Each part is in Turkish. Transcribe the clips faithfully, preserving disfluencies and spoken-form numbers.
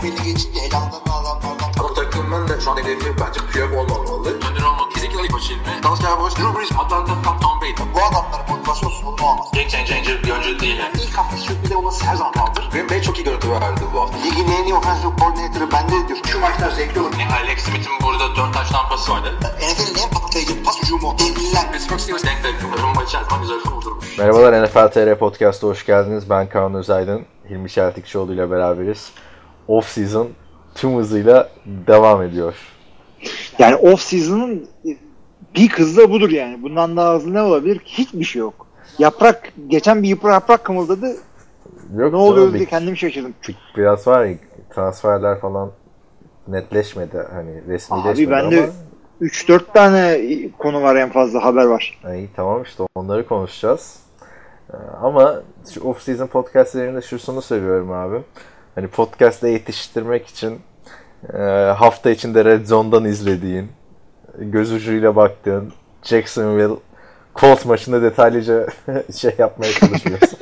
belli geçince elanlarını alanlardan. Ama takımın da şu an hedefi bence Piyok olmamalı. Döner olmalı. Kesinlikle ilk başı ilmi. Dallas Cowboys, Drew Brees, Atlanta, Tom Brady. Bu adamların motivasyon sorunu olmaz. Game changer bir oyuncu değil yani. İlk hafta sürpriz olması her zaman kaldır. Green Bay çok iyi görüntü verdi bu hafta. Ligin en iyi offensive coordinator'ı bende diyor. Şu maçlar zevkli olur. Yani Alex Smith'in burada dört taş tampası vardı. N F L'in en patlayıcı pas hücumu. Devliler. Pittsburgh Steelers denk denk. Rumba içerisinde güzel kurdurmuş. Merhabalar, N F L T R Podcast'a hoş geldiniz. Ben Kaan Özaydın, Hilmi Çeltikçioğlu ile beraberiz. Off-season tüm hızıyla devam ediyor. Yani off-season'ın bir hızı budur yani. Bundan daha hızlı ne olabilir? Hiçbir şey yok. Yaprak, geçen bir yaprak, yaprak kımıldadı. Yok, ne oluyor diye bir, kendimi şaşırdım. Biraz var ya, transferler falan netleşmedi. Hani resmileşmedi. Abi bende ama... üç dört tane konu var, en fazla haber var. İyi, tamam işte onları konuşacağız. Ama şu off-season podcastlerinde şusunu seviyorum abi. Hani podcast'la yetiştirmek için e, hafta içinde Red Zone'dan izlediğin, göz ucuyla baktığın Jacksonville Colts maçında detaylıca şey yapmaya çalışıyorsun.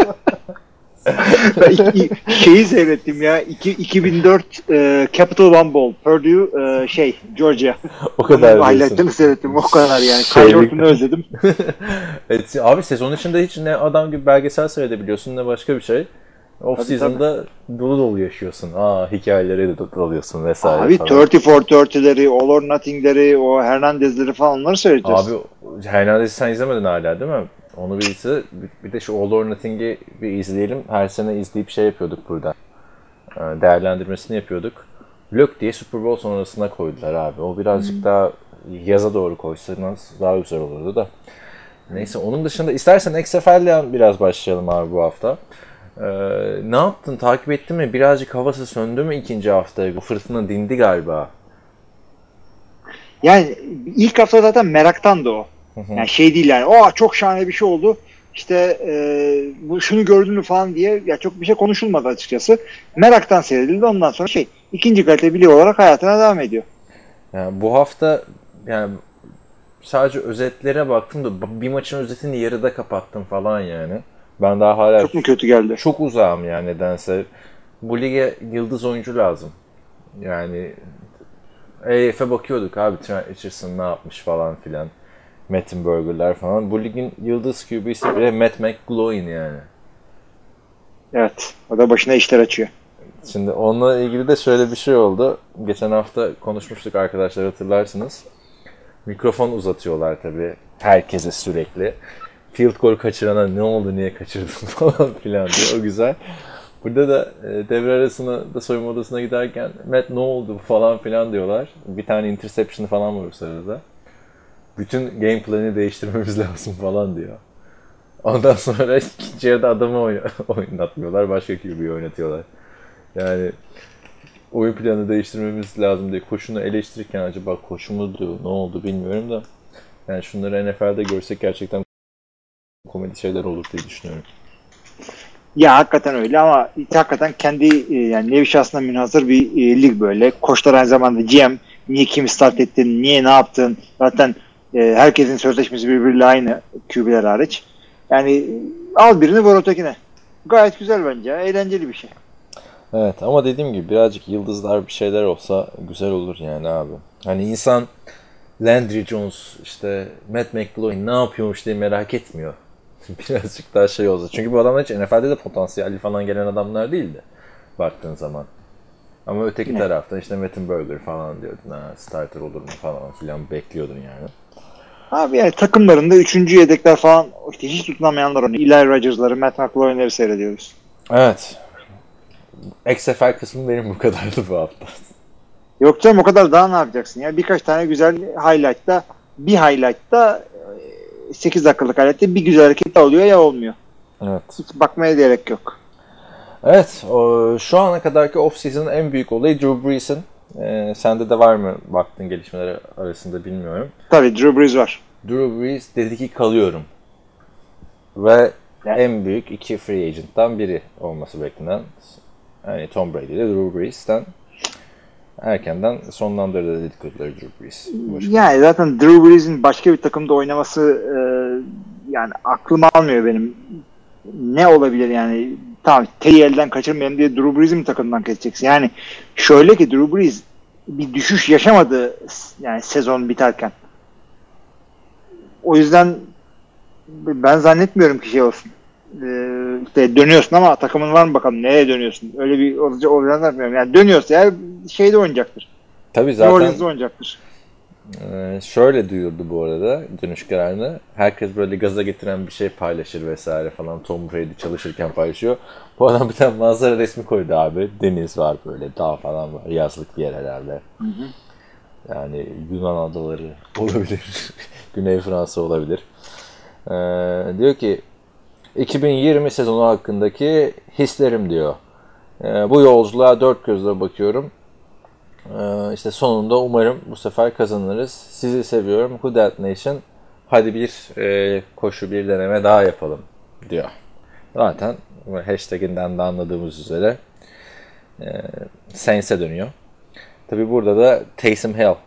Şeyi seyrettim ya, iki bin dört e, Capital One Bowl, Purdue e, şey Georgia. O kadar. Highlight'ını seyrettim, o kadar yani. Şeylik... Kayyortunu özledim. Evet, abi sezon içinde hiç ne adam gibi belgesel seyredebiliyorsun ne başka bir şey. Off-season'da dolu dolu yaşıyorsun. Aa, hikayeleri de dalıyorsun vesaire abi falan. otuz dört otuzları, All or Nothing'leri, o Hernandez'leri falan, onları seyrediyorsun. Abi Hernandez'i sen izlemedin hala değil mi? Onu birisi, bir de şu All or Nothing'i bir izleyelim. Her sene izleyip şey yapıyorduk burada. Değerlendirmesini yapıyorduk. Lök diye Super Bowl sonrasına koydular abi. O birazcık hmm. daha yaza doğru koysanız daha güzel olurdu da. Neyse, onun dışında istersen X F L'den biraz başlayalım abi bu hafta. Ee, ne yaptın? Takip ettin mi? Birazcık havası söndü mü ikinci hafta? Bu fırtına dindi galiba. Yani ilk hafta zaten meraktandı o. Hı hı. Yani şey değil yani. O çok şahane bir şey oldu. İşte e, bu şunu gördün mü falan diye ya çok bir şey konuşulmadı açıkçası. Meraktan seyredildi. Ondan sonra şey ikinci kalite bir lig olarak hayatına devam ediyor. Yani bu hafta yani sadece özetlere baktım da bir maçın özetini yarıda kapattım falan yani. Ben daha hala çok mu kötü geldi? Çok uzağım yani nedense. Bu lige yıldız oyuncu lazım. Yani A F'e bakıyorduk abi, Trent Richardson ne yapmış falan filan. Mettenberger'ler falan. Bu ligin yıldız Q B'si bile Matt McGloin yani. Evet. O da başına işler açıyor. Şimdi onunla ilgili de şöyle bir şey oldu. Geçen hafta konuşmuştuk arkadaşlar, hatırlarsınız. Mikrofon uzatıyorlar tabii herkese sürekli. Field goal kaçırana ne oldu, niye kaçırdın falan filan diye. O güzel. Burada da e, devre arasına da soyunma odasına giderken Matt ne oldu falan filan diyorlar. Bir tane interception falan var o sırada. Bütün game planı değiştirmemiz lazım falan diyor. Ondan sonra ikinci yarıda adamı oyn- oynatmıyorlar. Başka Q B'yi oynatıyorlar. Yani oyun planı değiştirmemiz lazım diye koşunu eleştirirken acaba koşu mu diyor, ne oldu bilmiyorum da. Yani şunları N F L'de görsek gerçekten komedi şeyler olur diye düşünüyorum. Ya hakikaten öyle ama hakikaten kendi yani nevi şahsına münhasır bir e, lig böyle. Koçlar aynı zamanda G M, niye kimi start ettin, niye ne yaptın. Zaten e, herkesin sözleşmesi birbiriyle aynı, Q B'ler hariç. Yani al birini vur ötekine. Gayet güzel bence. Eğlenceli bir şey. Evet ama dediğim gibi birazcık yıldızlar bir şeyler olsa güzel olur yani abi. Hani insan Landry Jones, işte Matt McGloin ne yapıyormuş diye merak etmiyor. Birazcık daha şey olsa. Çünkü bu adamlar hiç N F L'de de potansiyelli falan gelen adamlar değildi baktığın zaman. Ama öteki ne? Taraftan işte Mettenberger falan diyordun, ha starter olur mu falan filan bekliyordun yani. Abi yani takımlarında üçüncü yedekler falan işte hiç tutunamayanlar onu. Eli Rodgers'ları, Matt McGloin'leri seyrediyoruz. Evet. X F L kısmı benim bu kadardı bu hafta. Yok canım, o kadar daha ne yapacaksın ya? Birkaç tane güzel highlight'ta, bir highlight'ta sekiz dakikalık highlight'ta bir güzel hareket oluyor ya olmuyor. Evet. Hiç bakmaya gerek yok. Evet. O, şu ana kadarki off-season'ın en büyük olayı Drew Brees'in. Ee, sende de var mı baktığın gelişmeler arasında bilmiyorum. Tabii Drew Brees var. Drew Brees dedi ki kalıyorum. Ve yani en büyük iki free agent'tan biri olması beklenen, yani Tom Brady ile Drew Brees'ten erkenden sonlandırdı dedikleri Drew Brees. Yani zaten Drew Brees'in başka bir takımda oynaması e, yani aklım almıyor benim. Ne olabilir yani? tamam Teddy'yi elden kaçırmayalım diye Drew Brees'i mi takımdan keseceksin? Yani şöyle ki Drew Brees bir düşüş yaşamadı yani sezon biterken. O yüzden ben zannetmiyorum ki şey olsun. Ee, işte dönüyorsun ama takımın var mı bakalım nereye dönüyorsun? Öyle bir olacak olacağını zannetmiyorum. Yani dönüyorsa ya şeyde oynayacaktır. Tabii New zaten Orleans'da oynayacaktır. e, şöyle duyurdu bu arada dönüş kararını. Herkes böyle gaza getiren bir şey paylaşır vesaire falan. Tom Brady çalışırken paylaşıyor. Bu adam bir tane manzara resmi koydu abi. Deniz var böyle, dağ falan var. Yazlık bir yer herhalde. Hı hı. Yani Yunan adaları olabilir. Güney Fransa olabilir. Ee, diyor ki iki bin yirmi sezonu hakkındaki hislerim diyor. Ee, bu yolculuğa dört gözle bakıyorum. Ee, işte sonunda umarım bu sefer kazanırız. Sizi seviyorum. Who Dat Nation. Hadi bir e, koşu bir deneme daha yapalım diyor. Zaten hashtaginden de anladığımız üzere e, Saints'e dönüyor. Tabi burada da Taysom Hill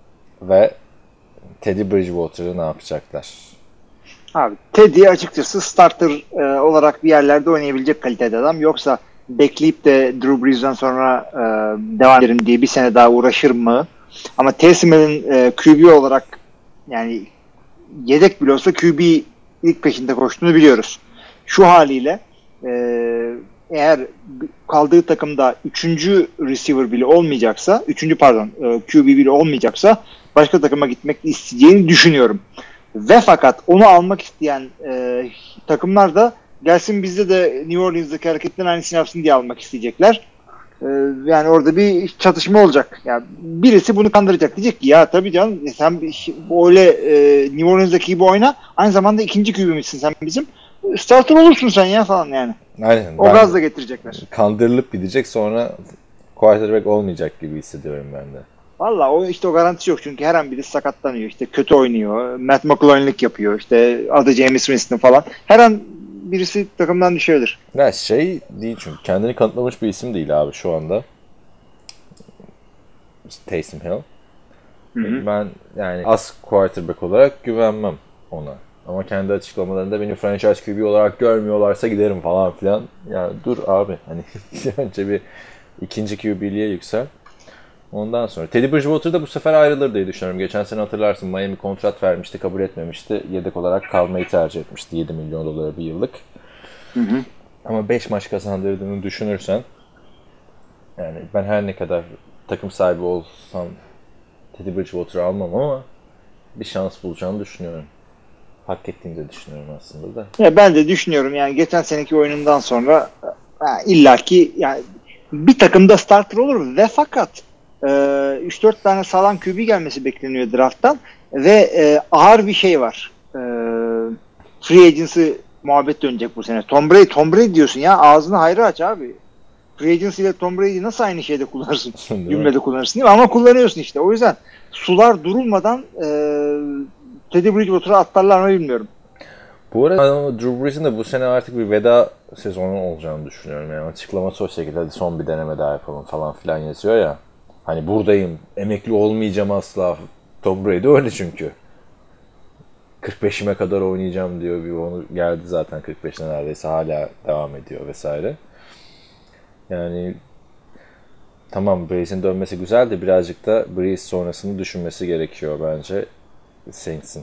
ve Teddy Bridgewater'ı ne yapacaklar? Abi Teddy açıkçası starter e, olarak bir yerlerde oynayabilecek kalitede adam. Yoksa bekleyip de Drew Brees'den sonra e, devam ederim diye bir sene daha uğraşır mı? Ama Taysom Hill'in e, Q B olarak yani yedek bile olsa Q B ilk peşinde koştuğunu biliyoruz. Şu haliyle e, eğer kaldığı takımda üçüncü receiver bile olmayacaksa, üçüncü pardon e, Q B bile olmayacaksa başka takıma gitmek isteyeceğini düşünüyorum. Ve fakat onu almak isteyen e, takımlar da gelsin bizde de New Orleans'daki hareketten aynısını yapsın diye almak isteyecekler. E, yani orada bir çatışma olacak. Yani birisi bunu kandıracak. Diyecek ki ya tabii canım sen öyle e, New Orleans'daki gibi oyna. Aynı zamanda ikinci Q B'mizsin sen bizim. Starter olursun sen ya falan yani. Aynen. O gazla getirecekler. Kandırılıp gidecek sonra quarterback olmayacak gibi hissediyorum ben de. Valla o işte o garantisi yok çünkü her an birisi sakatlanıyor. İşte kötü oynuyor. Matt McCloughan'lık yapıyor. İşte adı James Winston falan. Her an birisi takımdan düşüyordur. Ya şey değil çünkü kendini kanıtlamış bir isim değil abi şu anda. İşte Taysom Hill. Hı hı. Ben yani az quarterback olarak güvenmem ona. Ama kendi açıklamalarında beni franchise Q B olarak görmüyorlarsa giderim falan filan. Yani dur abi hani önce bir ikinci Q B'liğe yüksel. Ondan sonra Teddy Bridgewater da bu sefer ayrılır diye düşünüyorum. Geçen sene hatırlarsın Miami kontrat vermişti, kabul etmemişti. Yedek olarak kalmayı tercih etmişti. yedi milyon dolara bir yıllık. Hı hı. Ama beş maç kazandırdığını düşünürsen yani ben her ne kadar takım sahibi olsam Teddy Bridgewater'ı almam ama bir şans bulacağını düşünüyorum. Hak ettiğini de düşünüyorum aslında da. Ya ben de düşünüyorum yani geçen seneki oyunundan sonra yani illaki yani bir takımda starter olur ve fakat e, üç dört tane sağlam Q B gelmesi bekleniyor drafttan ve e, ağır bir şey var. E, free agency muhabbet dönecek bu sene. Tom Brady, Tom Brady diyorsun ya ağzını hayra aç abi. Free agency ile Tom Brady'yi nasıl aynı şeyde kullanırsın? Cümlede kullanırsın değil mi? Ama kullanıyorsun işte. O yüzden sular durulmadan e, Teddy Bridgewater'ı atlarlar mı bilmiyorum. Bu arada Drew Brees'in de bu sene artık bir veda sezonu olacağını düşünüyorum. Yani açıklaması o şekilde hadi son bir deneme daha yapalım falan filan yazıyor ya. Hani buradayım, emekli olmayacağım asla. Tom Brady öyle çünkü. kırk beşime kadar oynayacağım diyor. Bir onu geldi zaten kırk beşine neredeyse hala devam ediyor vesaire. Yani tamam Brees'in dönmesi güzel de birazcık da Brees sonrasını düşünmesi gerekiyor bence Saints'in.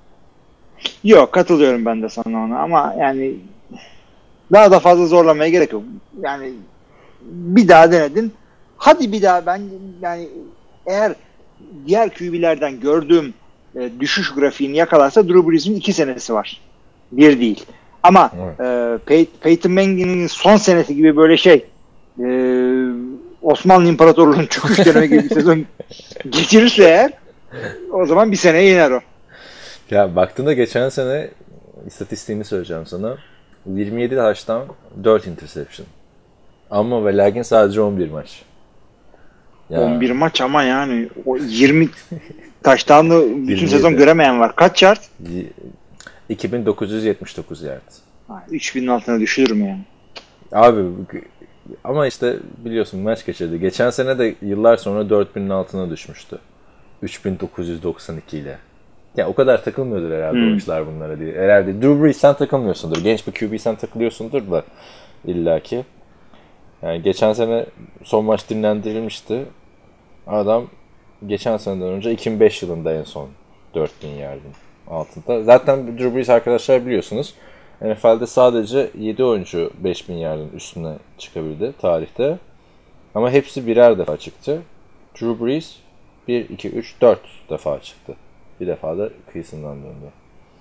Yok katılıyorum ben de sana ona ama yani daha da fazla zorlamaya gerek yok. Yani bir daha denedin. Hadi bir daha ben yani eğer diğer Q B'lerden gördüğüm e, düşüş grafiğini yakalarsa Drew Brees'in iki senesi var. Bir değil. Ama evet. e, Pey- Peyton Manning'in son senesi gibi böyle şey e, Osmanlı İmparatorluğu'nun çöküş dönemi gibi bir sezon geçirirse eğer o zaman bir seneye iner o. Ya baktığında geçen sene istatistiğini söyleyeceğim sana. yirmi yedi taştan dört interception. Ama ve lakin sadece on bir maç. Ya. on bir maç ama yani o yirmi taştan da bütün sezon göremeyen var. Kaç yard? iki bin dokuz yüz yetmiş dokuz yard. üç binin altına düşülür mü yani? Abi ama işte biliyorsun maç geçirdi. Geçen sene de yıllar sonra dört binin altına düşmüştü. üç bin dokuz yüz doksan iki ile. Ya o kadar takılmıyordur herhalde Hmm. oyuncular bunlara diye. Herhalde Drew Brees sen takılmıyorsundur. Genç bir Q B sen takılıyorsundur da illaki. Yani geçen sene son maç dinlendirilmişti. Adam geçen seneden önce iki bin beş yılında en son dört bin yardın altında. Zaten Drew Brees arkadaşlar biliyorsunuz N F L'de sadece yedi oyuncu beş bin yardın üstüne çıkabildi tarihte. Ama hepsi birer defa çıktı. Drew Brees bir, iki, üç, dört defa çıktı. Bir defa da kıyısından döndü.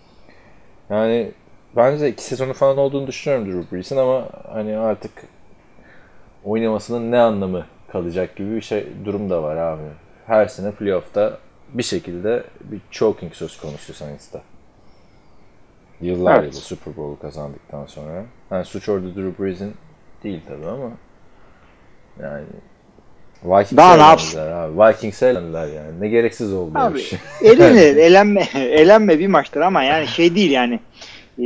Yani bence iki sezonu falan olduğunu düşünüyorum Drew Brees'in ama hani artık oynamasının ne anlamı kalacak gibi bir şey durum da var abi. Her sene playoff'ta bir şekilde bir choking söz konusu Saints'ta. Yıllar Evet. yılı Super Bowl'u kazandıktan sonra. Yani suç orada Drew Brees'in değil tabii ama yani Vikings'e Daha ne yapsın? elendiler abi. Vikings'e elendiler yani. Ne gereksiz oldu Abi bu iş. elenir, elenme, elenme bir maçtır ama yani şey değil yani. E,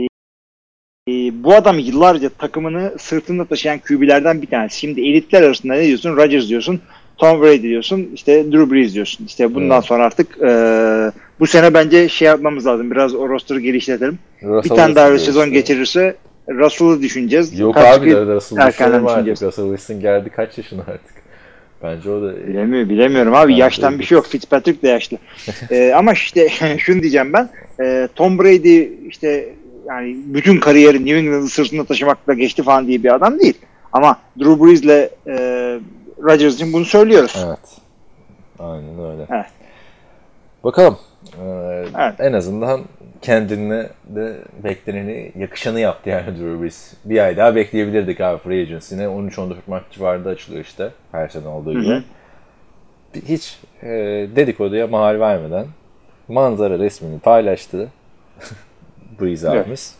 e, bu adam yıllarca takımını sırtında taşıyan Q B'lerden bir tanesi. Şimdi elitler arasında ne diyorsun? Rodgers diyorsun, Tom Brady diyorsun, işte Drew Brees diyorsun. İşte bundan Evet. sonra artık e, bu sene bence şey yapmamız lazım. Biraz o roster'ı geliştirelim. Russell Bir tane daha Wilson sezon diyorsun. geçirirse Russell'ı düşüneceğiz. Yok Kaç abi gün de Russell erkenden Wilson var artık. düşüneceğiz. Russell Wilson geldi kaç yaşına artık. Bence o da... Bilemiyorum, bilemiyorum abi. Bence Yaştan bir şey yok. Fitzpatrick de yaşlı. ee, ama işte şunu diyeceğim ben. Ee, Tom Brady işte yani bütün kariyeri New England'ı sırtında taşımakla geçti falan diye bir adam değil. Ama Drew Brees'le e, Rodgers için bunu söylüyoruz. Evet. Aynen öyle. Evet. Bakalım. Ee, Evet. En azından kendine de bekleneni, yakışanı yaptı yani Drew Brees. Bir ay daha bekleyebilirdik abi Free Agency'ne. on üç on dört maç civarında açılıyor işte. Her sene olduğu gibi. Hı hı. Hiç e, dedikoduya mahal vermeden manzara resmini paylaştı. Brees Evet. abimiz.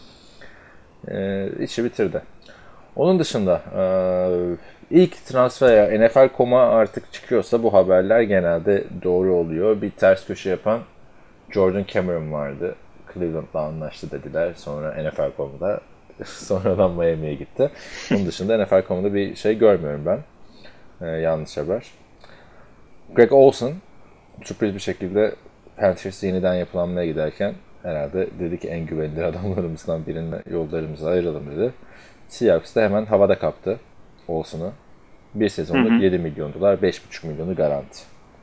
E, işi bitirdi. Onun dışında e, ilk transfer N F L nokta com'a artık çıkıyorsa bu haberler genelde doğru oluyor. Bir ters köşe yapan Jordan Cameron vardı. Cleveland'la anlaştı dediler. Sonra N F L nokta com'da sonradan Miami'ye gitti. Onun dışında N F L nokta com'da bir şey görmüyorum ben. E, yanlış haber. Greg Olsen sürpriz bir şekilde Panthers yeniden yapılanmaya giderken herhalde dedi ki en güvenilir adamlarımızdan birine yollarımızı ayıralım dedi. Seahawks da hemen havada kaptı Olsen'ı. Bir sezonluk Hı hı. yedi milyon dolar, beş buçuk milyonu garanti.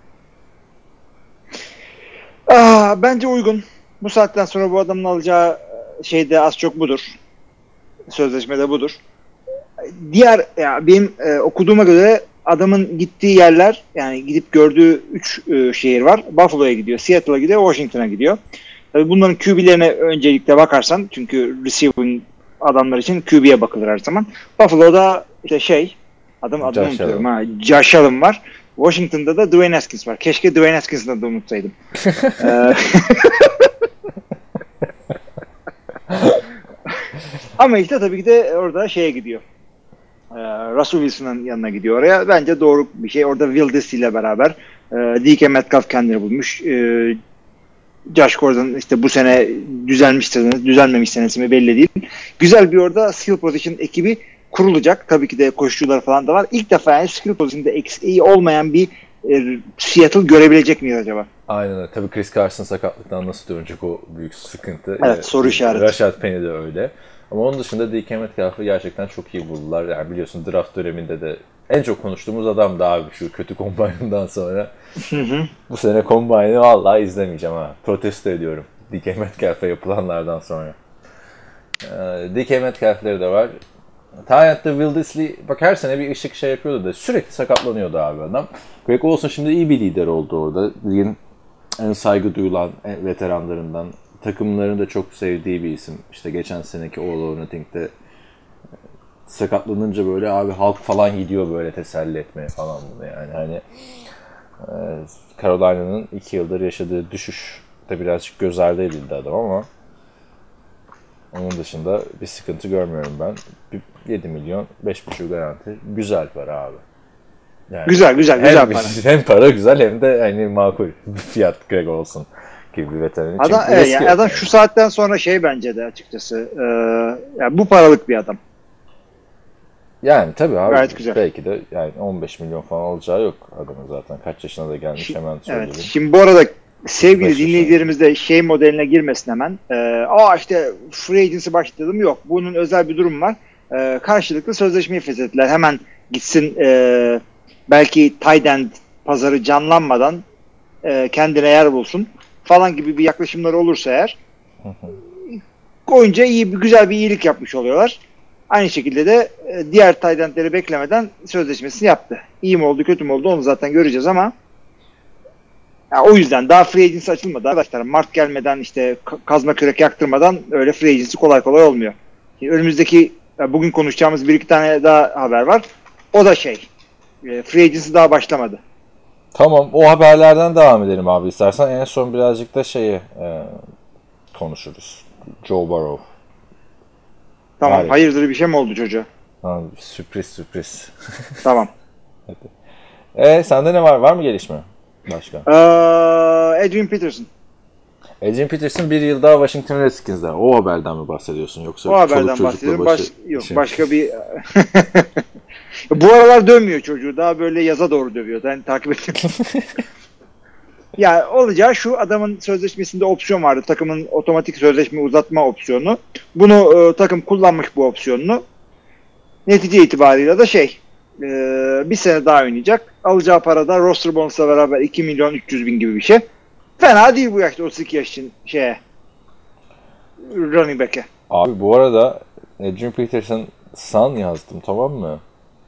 Aa, bence uygun. Bu saatten sonra bu adamın alacağı şey de az çok budur. Sözleşme de budur. Diğer ya benim e, okuduğuma göre adamın gittiği yerler yani gidip gördüğü üç e, şehir var. Buffalo'ya gidiyor, Seattle'a gidiyor, Washington'a gidiyor. Tabii bunların Q B'lerine öncelikle bakarsan çünkü receiving adamlar için Q B'ye bakılır her zaman. Buffalo'da işte şey adam adını Josh unutuyorum Allen. ha. Josh Allen var. Washington'da da Dwayne Haskins var. Keşke Dwayne Haskins'ı da unutsaydım. Ee, Ama işte tabii ki de orada şeye gidiyor. Ee, Russell Wilson'ın yanına gidiyor oraya. Bence doğru bir şey. Orada Will Disley ile beraber e, D K Metcalf kendini bulmuş. E, Josh Gordon işte bu sene düzelmiş senesi, düzelmemiş senesi mi belli değil. Güzel bir orada skill position ekibi kurulacak. Tabii ki de koşucular falan da var. İlk defa yani skill position'da eksiği olmayan bir e, Seattle görebilecek miyiz acaba? Aynen öyle. Tabii Chris Carson sakatlıktan nasıl dönecek o büyük sıkıntı. Evet, soru işareti. Rashad Penny de öyle. Ama onun dışında D K Metcalf'ı gerçekten çok iyi buldular. Yani biliyorsun draft döneminde de en çok konuştuğumuz adam da abi şu kötü combine'ından sonra. Bu sene combine'ı vallahi izlemeyeceğim ha. Protesto ediyorum D K Metcalf'e yapılanlardan sonra. Ee, D K Metcalf'leri de var. Tyent'te Will Disley bak her sene bir ışık şey yapıyordu da sürekli sakatlanıyordu abi adam. Greg Olsen şimdi iyi bir lider oldu orada. Ligin en saygı duyulan en veteranlarından. Takımların da çok sevdiği bir isim. İşte geçen seneki All or Nothing'de sakatlanınca böyle abi halk falan gidiyor böyle teselli etmeye falan bunu yani. Hani e, Carolina'nın iki yıldır yaşadığı düşüş de birazcık göz ardı edildi adam ama onun dışında bir sıkıntı görmüyorum ben. yedi milyon, beş buçuk garanti. Güzel para abi. Yani Güzel güzel güzel hem, para. hem para güzel hem de hani makul fiyat Greg olsun gibi bir veteran için. Adam, evet, yani adam şu saatten sonra şey bence de açıkçası e, yani bu paralık bir adam. Yani tabii abi. Gayet güzel. Belki de yani on beş milyon falan alacağı yok adamın zaten. Kaç yaşına da gelmiş Şi- hemen söyleyelim. Evet. Şimdi bu arada sevgili Başka dinleyicilerimiz de şey modeline girmesin hemen. Ee, Aa işte free agency başladım. Yok. Bunun özel bir durum var. Ee, karşılıklı sözleşmeyi feshettiler. Hemen gitsin e, belki tight end pazarı canlanmadan e, kendine yer bulsun falan gibi bir yaklaşımları olursa eğer oyuncuya iyi, güzel bir iyilik yapmış oluyorlar. Aynı şekilde de e, diğer tight endleri beklemeden sözleşmesini yaptı. İyi mi oldu kötü mü oldu onu zaten göreceğiz ama ya o yüzden daha free agency açılmadı arkadaşlar. Mart gelmeden işte kazma kürek yaktırmadan öyle free agency kolay kolay olmuyor. Şimdi önümüzdeki bugün konuşacağımız bir iki tane daha haber var. O da şey free agency daha başlamadı. Tamam, o haberlerden devam edelim abi istersen. En son birazcık da şeyi e, konuşuruz. Joe Burrow. Tamam, Hayır. hayırdır bir şey mi oldu çocuğa? Ha, sürpriz sürpriz. Tamam. E sende ne var? Var mı gelişme? Başka. Ee, Adrian Peterson. Adrian Peterson bir yıl daha Washington Redskins'de. O haberden mi bahsediyorsun yoksa? O haberden bahsediyorum. Baş, yok başka bir bu aralar dönmüyor çocuğu. Daha böyle yaza doğru dövüyor. Ben takip ettim. Ya olacağı şu, adamın sözleşmesinde opsiyon vardı. Takımın otomatik sözleşme uzatma opsiyonu. Bunu e, takım kullanmış bu opsiyonunu. Netice itibarıyla da şey e, bir sene daha oynayacak. Alacağı para da roster bonus'la beraber iki milyon üç yüz bin gibi bir şey. Fena değil bu yaşta otuz iki yaş için şeye running back'e. Abi bu arada Adrian Peterson san yazdım, tamam mı?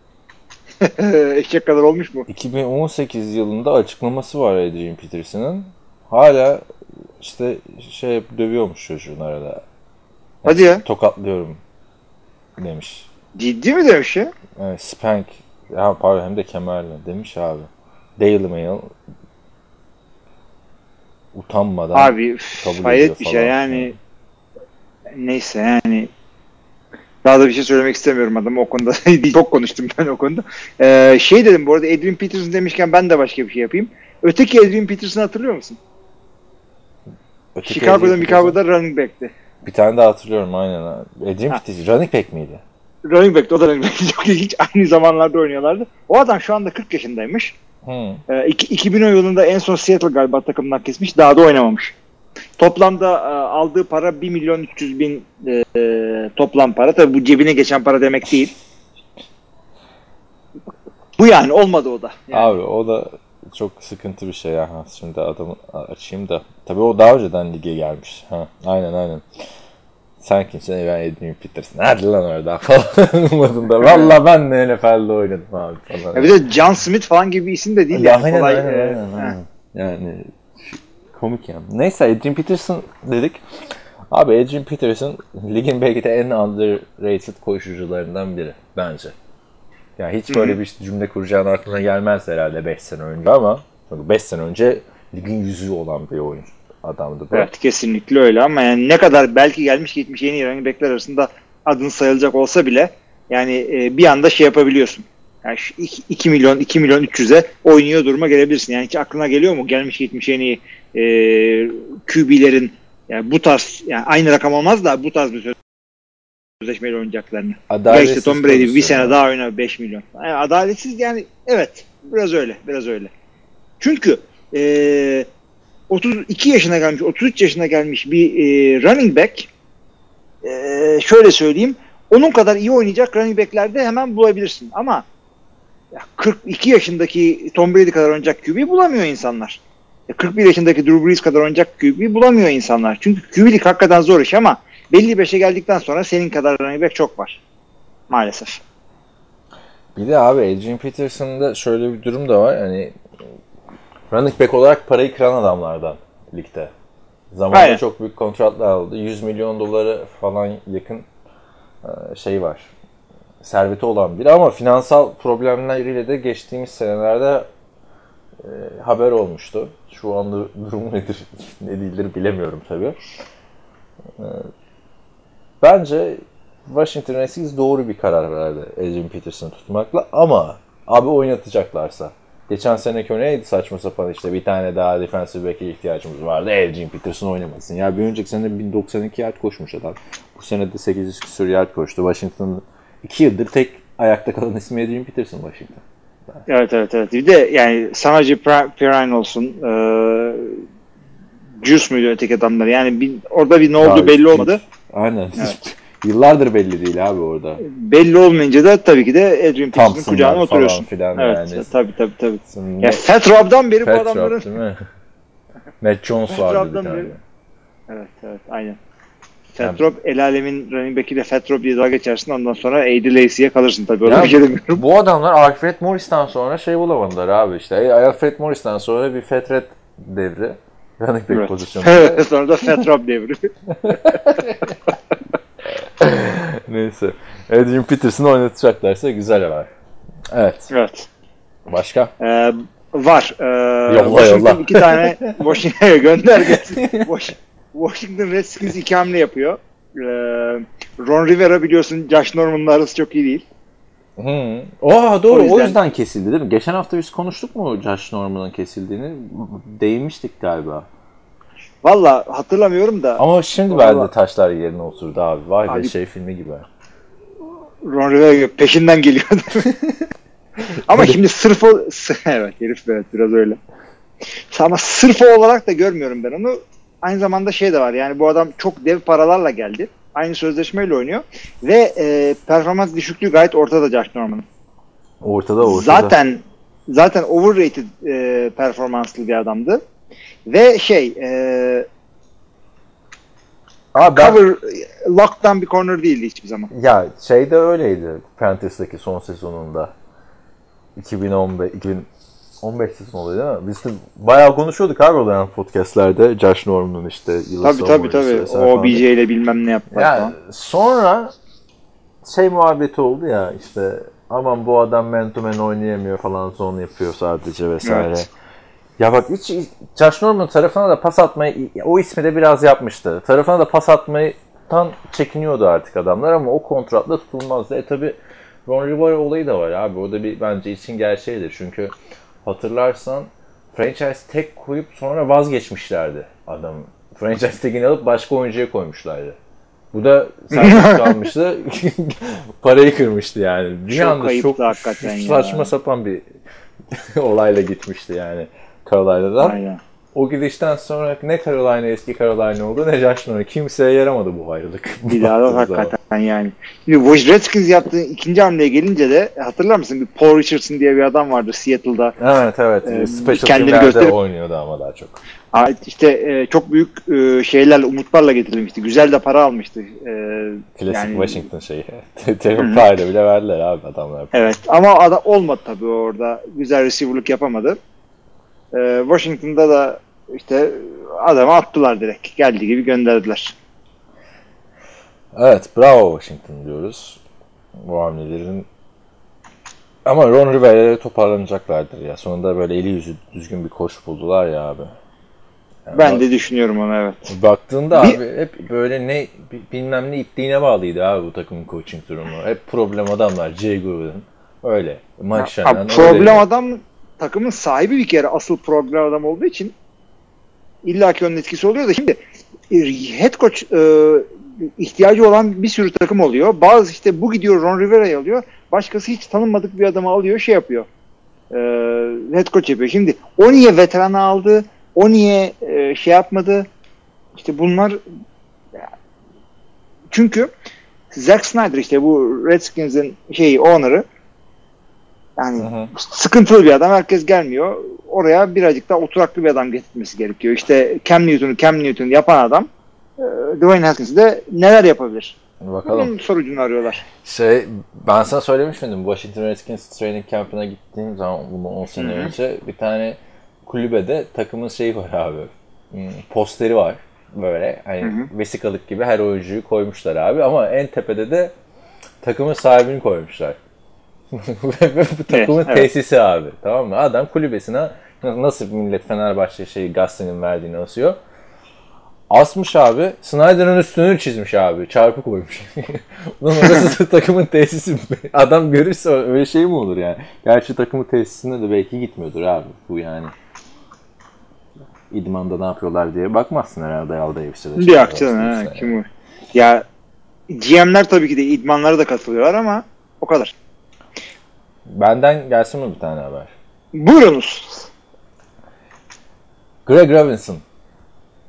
Eşek kadar olmuş mu? iki bin on sekiz yılında açıklaması var Adrian Peterson'ın. Hala işte şey dövüyormuş çocuğun arada. Hadi ya. Tokatlıyorum demiş. Ciddi mi demiş ya? Evet, spank. Ya pardon, hem de kemerle demiş abi. Daily Mail utanmadan abi kabul hayret bir şey yani. Neyse yani daha da bir şey söylemek istemiyorum adam o konuda. Çok konuştum ben o konuda. Ee, şey dedim bu arada, Adrian Peterson demişken ben de başka bir şey yapayım. Öteki Adrian Peterson'ı hatırlıyor musun? Öteki Chicago'da Chicago'da running back'ti. Bir tane daha hatırlıyorum aynen. Adrian Peterson running back miydi? Running back'ti, o da running back. Çok ilginç. Aynı zamanlarda oynuyorlardı. O adam şu anda kırk yaşındaymış. Hmm. Ee, iki bin on yılında en son Seattle galiba takımdan kesmiş. Daha da oynamamış. Toplamda e, aldığı para bir milyon üç yüz bin e, toplam para. Tabii bu cebine geçen para demek değil. Bu yani olmadı o da. Yani. Abi o da çok sıkıntı bir şey ya. Şimdi adamı açayım da. Tabii o daha önceden lige gelmiş. Ha, aynen aynen. Sen kimsin? Ben Adrian Peterson. Hadi lan orada falan umudunda. Valla ben de N F L'de oynadım abi falan. Ya bir de John Smith falan gibi bir isim de değil. Ya Yani. aynen, Kolay, aynen, e, aynen, aynen. Yani komik yani. Neyse Adrian Peterson dedik. Abi Adrian Peterson ligin belki de en underrated koşucularından biri bence. Yani hiç böyle Hı-hı. bir cümle kuracağın aklına gelmez herhalde beş sene önce ama beş sene önce ligin yüzüğü olan bir oyuncu adamdı bu. Evet kesinlikle öyle ama yani ne kadar belki gelmiş gitmiş yeni running back'ler arasında adın sayılacak olsa bile yani e, bir anda şey yapabiliyorsun. Yani iki milyon iki milyon üç yüze oynuyor duruma gelebilirsin. Yani hiç aklına geliyor mu gelmiş gitmiş yeni e, Q B'lerin yani bu tarz yani aynı rakam olmaz da bu tarz bir sözleşmeyle oynayacaklarını. Ya işte Tom Brady bir sene yani. Daha oynar beş milyon. Yani adaletsiz yani evet biraz öyle biraz öyle. Çünkü e, otuz iki yaşına gelmiş otuz üç yaşına gelmiş bir e, running back e, şöyle söyleyeyim onun kadar iyi oynayacak running back'lerde hemen bulabilirsin ama ya kırk iki yaşındaki Tom Brady kadar oynayacak Q B bulamıyor insanlar. Ya kırk bir yaşındaki Drew Brees kadar oynayacak Q B bulamıyor insanlar. Çünkü Q B'lik hakikaten zor iş ama belli beşe geldikten sonra senin kadar running back çok var. Maalesef. Bir de abi Adrian Peterson'da şöyle bir durum da var. Hani running back olarak parayı kıran adamlardan ligde. Zamanında Aynen. çok büyük kontratlar aldı. yüz milyon doları falan yakın şey var. Serveti olan biri ama finansal problemleriyle de geçtiğimiz senelerde e, haber olmuştu. Şu anda durum nedir, ne değildir bilemiyorum tabii. E, bence Washington Redskins doğru bir karar verdi Adrian Peterson'ı tutmakla ama abi oynatacaklarsa. Geçen seneki o neydi saçma sapan işte bir tane daha defensive back'e ihtiyacımız vardı. Adrian Peterson oynamasın. Ya bir önceki sene bin doksan iki yard koşmuş adam. Bu sene de sekiz yüz küsur yard koştu. Washington'ın iki yıldır tek ayakta kalan ismi Adrian Peterson Washington. Evet evet evet. Bir de yani Samaje Perine olsun, e, Juice muydu öteki adamlar? Yani bir, orada bir ne olduğu Abi, belli olmadı. Aynen. Evet. Yıllardır belli değil abi orada. Belli olmayınca da tabii ki de Adrian Peterson'ın kucağına Thompson'lar oturuyorsun. filan Evet, yani. tabii tabii tabii. Şimdi Ya Fat Rob'dan beri bu Fat adamların... Rob değil mi? Matt Jones Fat vardı bir Rob'dan tane. beri- Evet evet aynen. Fat Yani- Rob el alemin running back'iyle Fat Rob diye dalga geçersin, ondan sonra A D Lacy'ye kalırsın tabii. Orada Ya, bir şey demiyorum. bu adamlar Alfred Morris'tan sonra şey bulamadılar abi işte. Alfred Morris'tan sonra bir Fat Red devri. Running back Evet. pozisyonunda. Sonra da Fat Rob devri. Neyse. Adrian Peterson'ı oynatacaklarsa güzel haber. Evet. Evet. Başka? Ee, var. Ee, Yolla, Washington yolla. iki tane Washington'a gönder gelsin. Wash- Washington Redskins iki hamle yapıyor. Ee, Ron Rivera biliyorsun Josh Norman'la arası çok iyi değil. Hı. Oha doğru O yüzden- o yüzden kesildi değil mi? Geçen hafta biz konuştuk mu Josh Norman'ın kesildiğini? Değinmiştik galiba. Valla hatırlamıyorum da Ama şimdi Vallahi- bende taşlar yerine oturdu abi. Vay be Abi- şey filmi gibi. Ron Rivera peşinden geliyordu. Ama şimdi sırf o... evet herif evet biraz öyle. Ama sırf o olarak da görmüyorum ben onu. Aynı zamanda şey de var, yani bu adam çok dev paralarla geldi. Aynı sözleşmeyle oynuyor. Ve e, performans düşüklüğü gayet ortada Josh Norman'ın. Ortada ortada. Zaten zaten overrated e, performanslı bir adamdı. Ve şey e, Abi ben, cover lockdown bir corner değildi hiçbir zaman. ya şey de öyleydi Panthers'daki son sezonunda. iki bin on beş iki bin on beş sezon oluyor değil mi? Biz de bayağı konuşuyorduk abi o dönem podcastlerde. Josh Norman'ın işte yılı Tabii tabii tabii. O B J ile bilmem ne yaptılar yani falan. sonra şey muhabbeti oldu ya işte aman bu adam man to man oynayamıyor falan zone yapıyor sadece vesaire. Evet. Ya bak hiç Josh Norman tarafına da pas atmayı o ismi de biraz yapmıştı. Tarafına da pas atmayıdan çekiniyordu artık adamlar ama o kontratla tutulmazdı. E tabi Ron Rivera olayı da var abi. O da bir bence için gerçeğidir. Çünkü hatırlarsan franchise tag koyup sonra vazgeçmişlerdi adamın. Franchise tagini alıp başka oyuncuya koymuşlardı. Bu da serbest kalmıştı. Parayı kırmıştı yani. Bir Çok anda ayıptı çok hakikaten ya. saçma sapan bir olayla gitmişti yani Carolina'dan. Aynen. O gidişten sonra ne Carolina eski Carolina oldu ne Josh Norman. Kimseye yaramadı bu ayrılık. Bir daha da hakikaten yani. Şimdi Redskins yaptığı ikinci hamleye gelince de hatırlar mısın? Bir Paul Richardson diye bir adam vardı Seattle'da. Evet evet. Ee, Special kendini team'lerde gösterip- oynuyordu ama daha çok. İşte e, çok büyük e, şeylerle, umutlarla getirilmişti. Güzel de para almıştı. E, Klasik yani- Washington şeyi. Terry Pryor'ı bile verdiler abi adamlar. Evet ama adam olmadı tabii orada. Güzel receiver'lık yapamadı. E, Washington'da da işte adamı attılar direkt. Geldiği gibi gönderdiler. Evet, bravo Washington diyoruz. Bu hamlelerin ama Ron Rivera'ya toparlanacaklardır ya. Sonunda böyle eli yüzü düzgün bir koç buldular ya abi. Yani Ben bak- de düşünüyorum onu evet. Baktığında Bir- abi hep böyle ne bi- bilmem ne ipliğine bağlıydı abi bu takımın coaching durumu. Hep problem adamlar. Jay Gruden öyle. Mike Shanahan Abi, problem öyleydi. adam takımın sahibi bir kere asıl problem adam olduğu için illaki onun etkisi oluyor da şimdi e, head coach e, ihtiyacı olan bir sürü takım oluyor. Bazı işte bu gidiyor Ron Rivera'yı alıyor. Başkası hiç tanınmadık bir adamı alıyor şey yapıyor. E, head coach yapıyor. Şimdi o niye veteranı aldı? O niye e, şey yapmadı? İşte bunlar çünkü Zack Snyder işte bu Redskins'in şeyi owner'ı yani Hı hı. sıkıntılı bir adam. Herkes gelmiyor. Oraya birazcık daha oturaklı bir adam getirmesi gerekiyor. İşte Cam Newton'u Cam Newton yapan adam e, Dwayne Haskins'i de neler yapabilir? Bakalım. Bunun sonucunu arıyorlar. Şey, ben sana söylemiş miydim? Washington Redskins training camp'ına gittiğim zaman bunu on sene Hı hı. önce bir tane kulübede takımın şeyi var abi. Hmm, posteri var. Böyle hani Hı hı. vesikalık gibi her oyuncuyu koymuşlar abi ama en tepede de takımın sahibini koymuşlar. Ve bu takımın Evet, evet. tesisi abi. Tamam mı? Adam kulübesine nasıl millet Fenerbahçe şeyi gazetenin verdiğini asıyor. Asmış abi. Snyder'ın üstünü çizmiş abi. Çarpı koymuş. Ulan orası takımın tesisi. Adam görürse öyle şey mi olur yani? Gerçi takımın tesisine de belki gitmiyordur abi. Bu yani. İdmanda ne yapıyorlar diye bakmazsın herhalde Yalda Evsi'de. Bir akçadan ha kim o? Ya G M'ler tabii ki de idmanlara da katılıyorlar ama o kadar. Benden gelsin mi bir tane haber? Buyurunuz. Greg Robinson.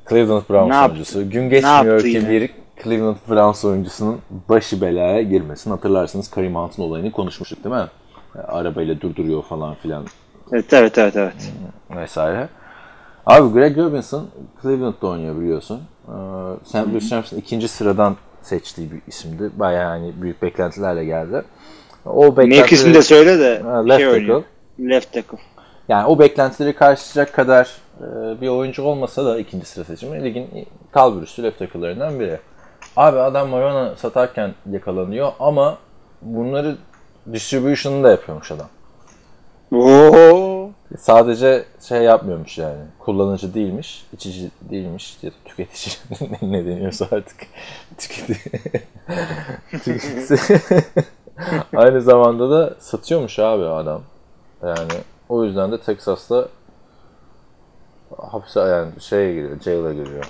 Cleveland Browns Ne yap- oyuncusu. Gün geçmiyor yaptı ki yine? bir Cleveland Browns oyuncusunun başı belaya girmesin. Hatırlarsınız Kareem Hunt'ın olayını konuşmuştuk değil mi? Yani arabayla durduruyor falan filan Evet evet evet. evet. vesaire. Abi Greg Robinson Cleveland'da oynuyor biliyorsun. Ee, Saint Louis Rams'ın ikinci sıradan seçtiği bir isimdi. Bayağı hani büyük beklentilerle geldi. O Mevkisini de söyle de Ha, şey left oynuyor. tackle. Left tackle. Yani o beklentileri karşılayacak kadar e, bir oyuncu olmasa da ikinci sıra seçimi ligin kalburüstü left tackle'larından biri. Abi adam Marona satarken yakalanıyor ama bunları distribution'ını da yapıyormuş adam. Oo. Sadece şey yapmıyormuş yani. Kullanıcı değilmiş, içici değilmiş ya da tüketici ne deniyorsa artık. Tüketici. Tüketici. Aynı zamanda da satıyormuş abi adam. Yani o yüzden de Texas'ta hapse yani şeye giriyor, jail'a giriyor.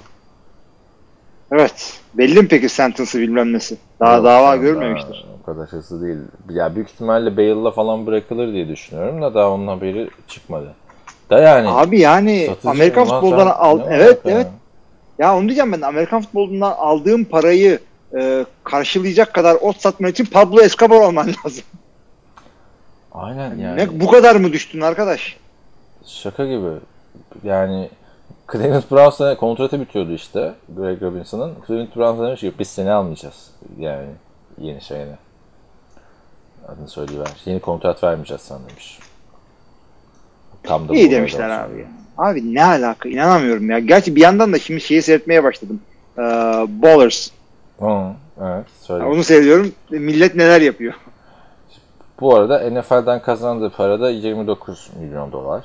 Evet. Belli mi peki sentence'ı bilmem nesi? Daha Yok, dava yani görmemiştir. daha o kadar hızlı değil. Ya büyük ihtimalle bail'la falan bırakılır diye düşünüyorum da daha onun haberi çıkmadı. Da yani. Abi yani satıcı Amerikan ulan futbolundan sen al ne evet alaka evet. ya? Ya onu diyeceğim ben. Amerikan futbolundan aldığım parayı e, karşılayacak kadar ot satman için Pablo Escobar olman lazım. Aynen yani. Ne, bu kadar mı düştün arkadaş? Şaka gibi. Yani Cleveland Browns'la kontratı bitiyordu işte Greg Robinson'ın. Cleveland Browns demiş ki biz seni almayacağız. Yani yeni şeyine. Adını söyleyiver. Yeni kontrat vermeyeceğiz sana demiş. Tam da İyi bu demişler olsun. abi. Ya. Abi ne alaka? İnanamıyorum ya. Gerçi bir yandan da şimdi şeyi seyretmeye başladım. Ee, Ballers. Hı, evet söyle. Onu seyrediyorum. Millet neler yapıyor. Bu arada N F L'den kazandığı para da yirmi dokuz milyon dolar.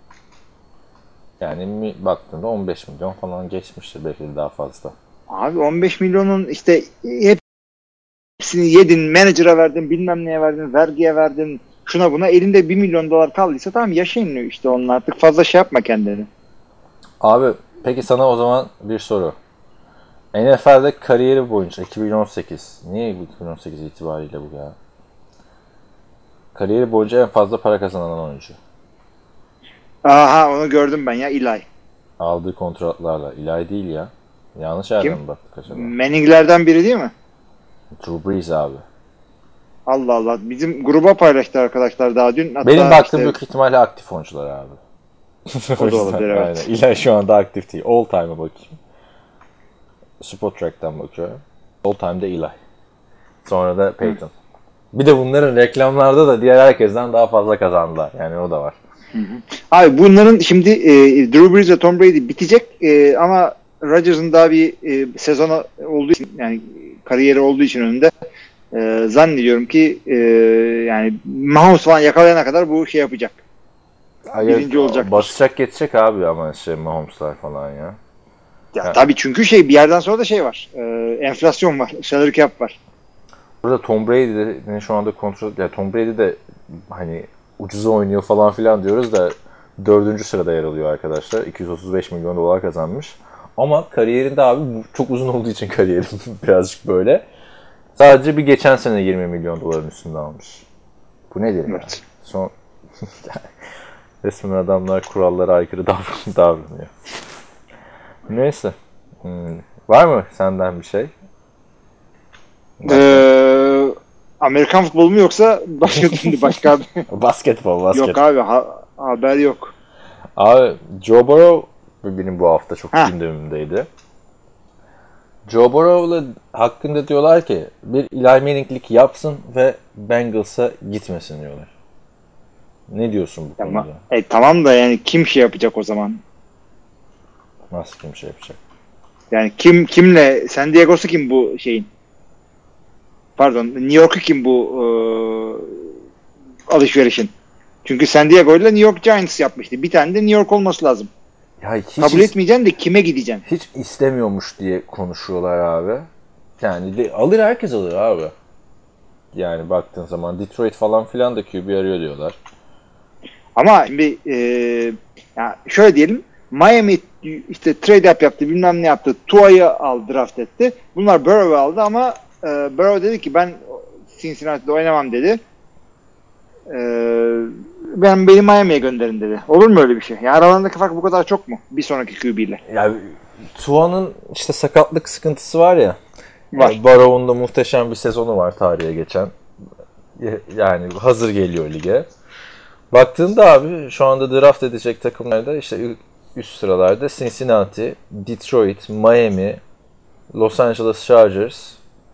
Yani mi, baktığında on beş milyon falan geçmiştir. Belki de daha fazla. Abi on beş milyonun işte hepsini yedin, menajer'a verdin, bilmem neye verdin, vergiye verdin, şuna buna. Elinde bir milyon dolar kaldıysa tamam yaşayın işte onunla artık fazla şey yapma kendini. Abi peki sana o zaman bir soru. N F L'de kariyeri boyunca iki bin on sekiz. Niye iki bin on sekiz itibariyle bu ya? Kariyeri boyunca en fazla para kazanan oyuncu. Aha onu gördüm ben ya Eli. Aldığı kontratlarla. Eli değil ya. Yanlış yerden mi baktık acaba? Manning'lerden biri değil mi? Drew Brees abi. Allah Allah. Bizim gruba paylaştı arkadaşlar daha dün. Hatta Benim baktığım işte, büyük ihtimalle aktif oyuncular abi. O da olabilir, evet. Aynen. Eli şu anda aktif değil. All time'a bakayım. Spotrack'tan bakıyorum. All time'da Eli. Sonra da Peyton. Hı. Bir de bunların reklamlarda da diğer herkesten daha fazla kazandılar. Yani o da var. Hı hı. Abi bunların şimdi e, Drew Brees ve Tom Brady bitecek e, ama Rodgers'ın daha bir e, sezonu olduğu için yani kariyeri olduğu için önünde e, zannediyorum ki e, yani Mahomes falan yakalayana kadar bu şey yapacak. Hayır, birinci olacak. Basacak geçecek abi ama şey Mahomes'lar falan ya. Ya yani. Tabii çünkü şey bir yerden sonra da şey var. E, enflasyon var. Salary cap var. Burada Tom Brady'nin şu anda kontrol ya Tom Brady de hani ucuza oynuyor falan filan diyoruz da dördüncü sırada yer alıyor arkadaşlar. iki yüz otuz beş milyon dolar kazanmış. Ama kariyerinde abi çok uzun olduğu için kariyeri birazcık böyle. Sadece bir geçen sene yirmi milyon doların üstünde almış. Bu nedir ya? Evet. Son resmen adamlar kurallara aykırı davran- davranıyor. Neyse. Hmm. Var mı senden bir şey? Ee, Amerikan futbolu mu yoksa başka türlü başka Basketbol, basket. Yok abi ha- haber yok. Abi Joe Burrow benim bu hafta çok Heh. gündemimdeydi. Joe Burrow'la hakkında diyorlar ki bir Eli Manning'lik yapsın ve Bengals'a gitmesin diyorlar. Ne diyorsun bu Tamam. konuda? E, tamam da yani kim şey yapacak o zaman? Nasıl kim şey yapacak? Yani kim kimle San Diego'su kim bu şeyin? Pardon, New York'u kim bu e, alışverişin? Çünkü San Diego ile New York Giants yapmıştı. Bir tane de New York olması lazım. Ya hiç Kabul etmeyeceksin de kime gideceksin? Hiç istemiyormuş diye konuşuyorlar abi. Yani de, alır herkes alır abi. Yani baktığın zaman Detroit falan filan da Q B arıyor diyorlar. Ama şimdi e, ya şöyle diyelim. Miami işte trade up yaptı, bilmem ne yaptı. Tua'yı al, draft etti. Bunlar Burrow'u aldı ama e, Burrow dedi ki ben Cincinnati'de oynamam dedi. E, ben beni Miami'ye gönderin dedi. Olur mu öyle bir şey? Ya aralarındaki fark bu kadar çok mu? Bir sonraki Q B ile. Ya Tua'nın işte sakatlık sıkıntısı var ya. Var. Barrow'un da muhteşem bir sezonu var tarihe geçen. Yani hazır geliyor lige. Baktığında abi şu anda draft edecek takımlarda işte üst sıralarda Cincinnati, Detroit, Miami, Los Angeles Chargers,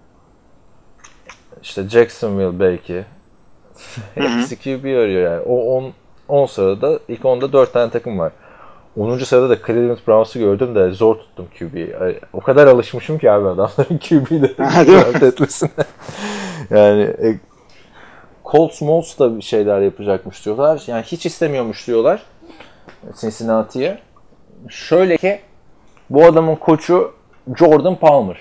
işte Jacksonville belki. Hepsi Q B arıyor yani. O on sırada ilk onda dört tane takım var. onuncu sırada da Cleveland Browns'u gördüm de zor tuttum Q B'yi. O kadar alışmışım ki abi adamların Q B'leri draft etmesine. Yani e, Colts Molts da bir şeyler yapacakmış diyorlar. Yani hiç istemiyormuş diyorlar Cincinnati'ye. Şöyle ki bu adamın koçu Jordan Palmer.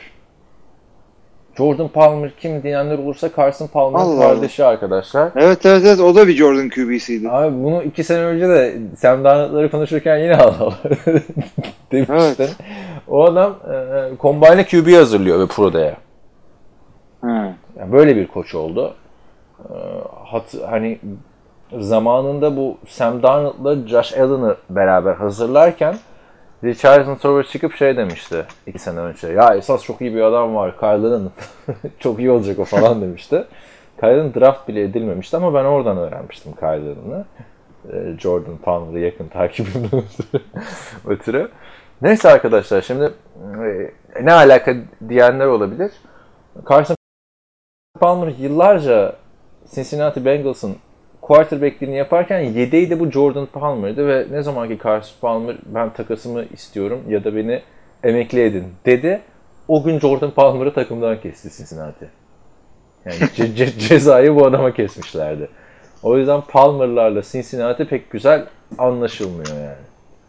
Jordan Palmer kim diyenler olursa Carson Palmer'ın kardeşi arkadaşlar. Evet evet evet o da bir Jordan Q B'siydi. Abi bunu iki sene önce de Sam Darnold'ları konuşurken yine aldılar demişler. Evet. O adam e, Combine'e Q B hazırlıyor ve Pro Day'e. Yani böyle bir koç oldu. E, hat, hani zamanında bu Sam Darnold'la Josh Allen'ı beraber hazırlarken Richardson sonra çıkıp şey demişti iki sene önce. Ya esas çok iyi bir adam var Kyle Allen. Çok iyi olacak o falan demişti. Kyle Allen draft bile edilmemişti ama ben oradan öğrenmiştim Kyle Allen'ı. Ee, Jordan Palmer'ı yakın takibimden ötürü. Neyse arkadaşlar şimdi e, ne alaka diyenler olabilir. Carson Palmer yıllarca Cincinnati Bengals'ın quarterback'liğini yaparken yedeği de bu Jordan Palmer'dı ve ne zamanki Carson Palmer ben takasımı istiyorum ya da beni emekli edin dedi. O gün Jordan Palmer'ı takımdan kesti Cincinnati. Yani ce- ce- cezayı bu adama kesmişlerdi. O yüzden Palmer'larla Cincinnati pek güzel anlaşılmıyor yani.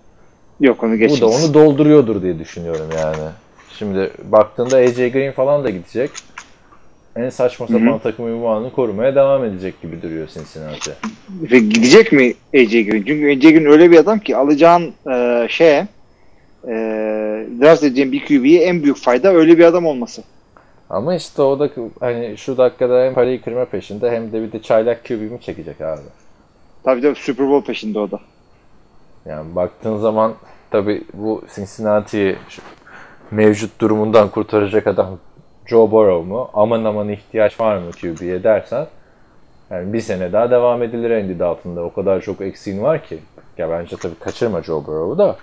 Yok onu geçiniz. Bu da onu dolduruyordur diye düşünüyorum yani. Şimdi baktığında A J Green falan da gidecek. En saçma sapan Hı-hı. takım ünvanını korumaya devam edecek gibi duruyor Cincinnati. Ve gidecek mi A J Green? Çünkü A J Green öyle bir adam ki alacağın e, şeye e, draft edeceğin bir Q B'ye en büyük fayda öyle bir adam olması. Ama işte o da hani şu dakikada hem parayı kırma peşinde hem de bir de çaylak Q B'mi çekecek abi. Tabii tabii Super Bowl peşinde o da. Yani baktığın zaman tabii bu Cincinnati'yi mevcut durumundan kurtaracak adam Joe Burrow mu? Aman aman ihtiyaç var mı Q B'ye dersen yani bir sene daha devam edilir Andy Dalton'da. O kadar çok eksiğin var ki. Ya bence tabii kaçırma Joe Burrow'u da.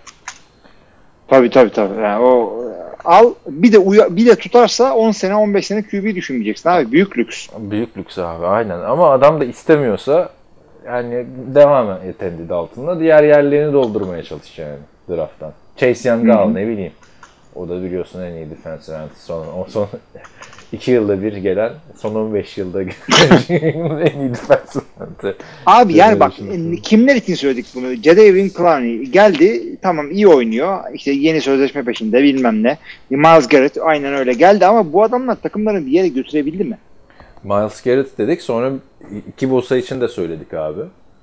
Tabii tabii tabii. Yani o al bir de uya, bir de tutarsa on sene on beş sene Q B düşünmeyeceksin abi. Büyük lüks. Büyük lüks abi aynen. Ama adam da istemiyorsa yani devam et Andy Dalton'la. Diğer yerlerini doldurmaya çalış yani draft'tan. Chase Young'ı al ne bileyim. O da biliyorsun en iyi defensive end. Son, o son iki yılda bir gelen, son on beş yılda en iyi defensive end. Abi yani bak kimler için söyledik bunu? Jadeveon Clowney geldi. Tamam iyi oynuyor. İşte yeni sözleşme peşinde bilmem ne. Myles Garrett aynen öyle geldi ama bu adamlar takımlarını bir yere götürebildi mi? Myles Garrett dedik. Sonra iki Bosa için de söyledik abi.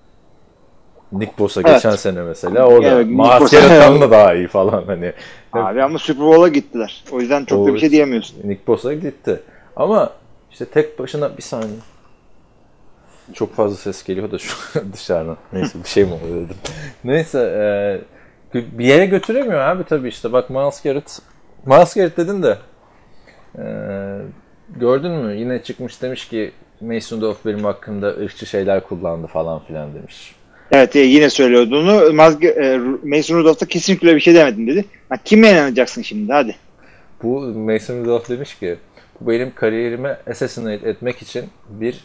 Nick Bosa evet. Geçen sene mesela o da evet, Myles Garrett'tan da daha iyi falan hani. Abi ama Super Bowl'a gittiler. O yüzden çok o, da bir şey diyemiyorsun. Nick Bosa gitti. Ama işte tek başına bir saniye. Çok fazla ses geliyor da şu dışarıdan. Neyse bir şey mi oluyor dedim. Neyse e, bir yere götüremiyor abi tabii işte. Bak Myles Garrett. Myles Garrett dedin de e, gördün mü? Yine çıkmış demiş ki Mason Rudolph benim hakkımda ırkçı şeyler kullandı falan filan demiş. Evet yine söylüyordu onu. Mason Rudolph da kesinlikle bir şey demedin dedi. Ha, kime inanacaksın şimdi hadi. Bu Mason Rudolph demiş ki bu benim kariyerime assassinate etmek için bir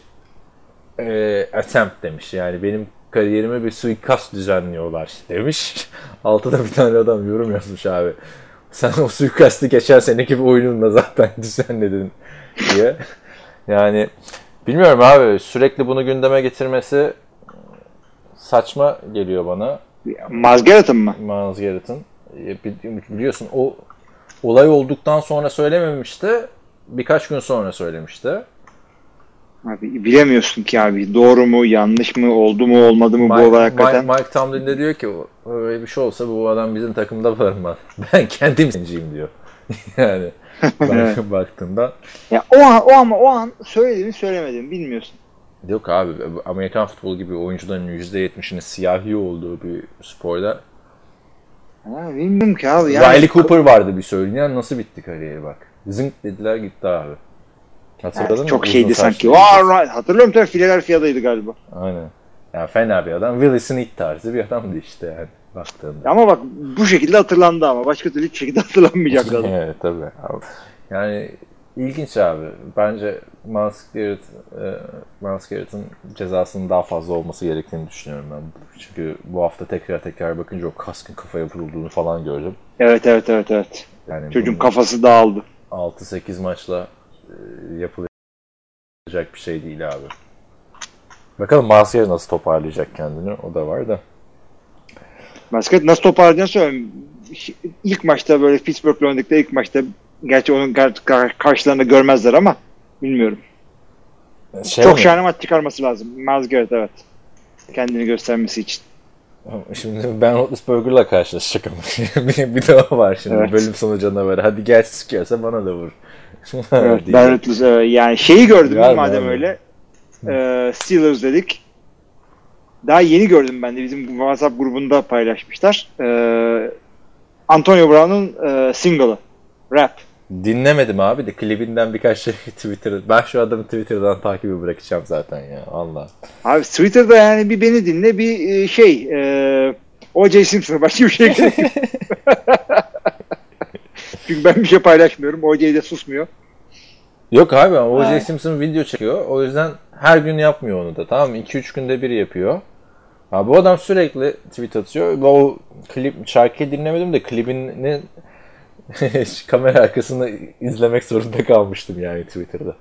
e, attempt demiş. Yani benim kariyerime bir suikast düzenliyorlar demiş. Altıda bir tane adam yorum yazmış abi. Sen o suikastı geçen seneki bir oyununda zaten düzenledin diye. Yani bilmiyorum abi sürekli bunu gündeme getirmesi saçma geliyor bana. Myles Garrett'ın mı? Myles Garrett'ın. Biliyorsun o olay olduktan sonra söylememişti. Birkaç gün sonra söylemişti. Abi bilemiyorsun ki abi. Doğru mu, yanlış mı, oldu mu, olmadı mı Mike, bu olay hakikaten? Mike, Mike Tomlin de diyor ki öyle bir şey olsa bu adam bizim takımda varmaz. Ben kendim senciyim diyor. Yani baktığında. Ya o an, o ama o an söylediğini söylemediğini bilmiyorsun. Yok abi Amerikan futbolu gibi oyuncuların yüzde yetmişinin siyahi olduğu bir sporda Ha, bilmiyorum ki abi. Yani, Riley Cooper vardı bir söyleyen. Nasıl bitti kariyeri bak. Zınk dediler gitti abi. Hatırladın yani mı? çok Uzun şeydi saçlı sanki. birisi. Wow, hatırlıyorum tabii Philadelphia'daydı galiba. Aynen. Yani fena bir adam. Willie Snead tarzı bir adamdı işte yani baktığında. Ama bak bu şekilde hatırlandı ama. Başka türlü hiçbir şekilde hatırlanmayacaktı adam. Evet tabii. Abi. Yani ilginç abi. Bence Miles Garrett, e, Miles Garrett'ın cezasının daha fazla olması gerektiğini düşünüyorum ben. Çünkü bu hafta tekrar tekrar bakınca o kaskın kafaya vurulduğunu falan gördüm. Evet evet evet evet. Yani Çocuğun kafası dağıldı. altı sekiz maçla e, yapılacak bir şey değil abi. Bakalım Miles Garrett nasıl toparlayacak kendini, o da var da. Basket nasıl toparlayacağını söyleyeyim. İlk maçta böyle Pittsburgh'la oynadıkları ilk maçta, gerçi onun kar- karşılarında görmezler ama bilmiyorum. Şey Çok mi? şahane maç çıkarması lazım. Miles Garrett evet. Kendini göstermesi için. Şimdi Ben Roethlisberger'la karşılaşacak ama bir, bir de o var şimdi Evet. bölüm sonu canavarı. Hadi gel sıkıyorsa bana da vur. Evet, Diye. Ben Roethlisberger, yani şeyi gördüm Galiba, madem evet. öyle. Ee, Steelers dedik. Daha yeni gördüm ben de, bizim WhatsApp grubunda paylaşmışlar. Ee, Antonio Brown'un e, single'ı. Rap. Dinlemedim abi de klibinden birkaç şey Twitter'da. Ben şu adamı Twitter'dan takibi bırakacağım zaten ya. Allah. Abi Twitter'da yani bir beni dinle, bir e, şey e, O J Simpson, başka bir şey gerek yok. Çünkü ben bir şey paylaşmıyorum. O J de susmuyor. Yok abi O J Ha. Simpson video çekiyor. O yüzden her gün yapmıyor onu da. Tamam mı? iki üç günde bir yapıyor. Ha, bu adam sürekli tweet atıyor. Ve o klip, şarkıyı dinlemedim de klibinin kamera arkasını izlemek zorunda kalmıştım yani Twitter'da.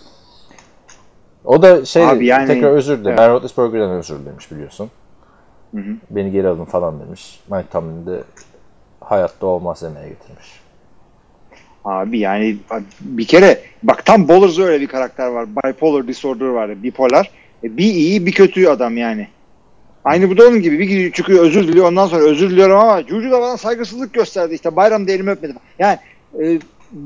O da şey Abi yani- tekrar özür dilerim. Evet. Ben Roethlisberger'den özür dilemiş biliyorsun. Hı hı. Beni geri alın falan demiş. Mike Tomlin de hayatta olmaz demeye getirmiş. Abi yani bir kere bak, tam Bowlers'da öyle bir karakter var. Bipolar disorder var. Bipolar. E, bir iyi bir kötü adam yani. Aynı bu da onun gibi. Bir gidiyor çıkıyor özür diliyor. Ondan sonra özür diliyorum ama Cucu da bana saygısızlık gösterdi. İşte bayramda elimi öpmedi. Yani e,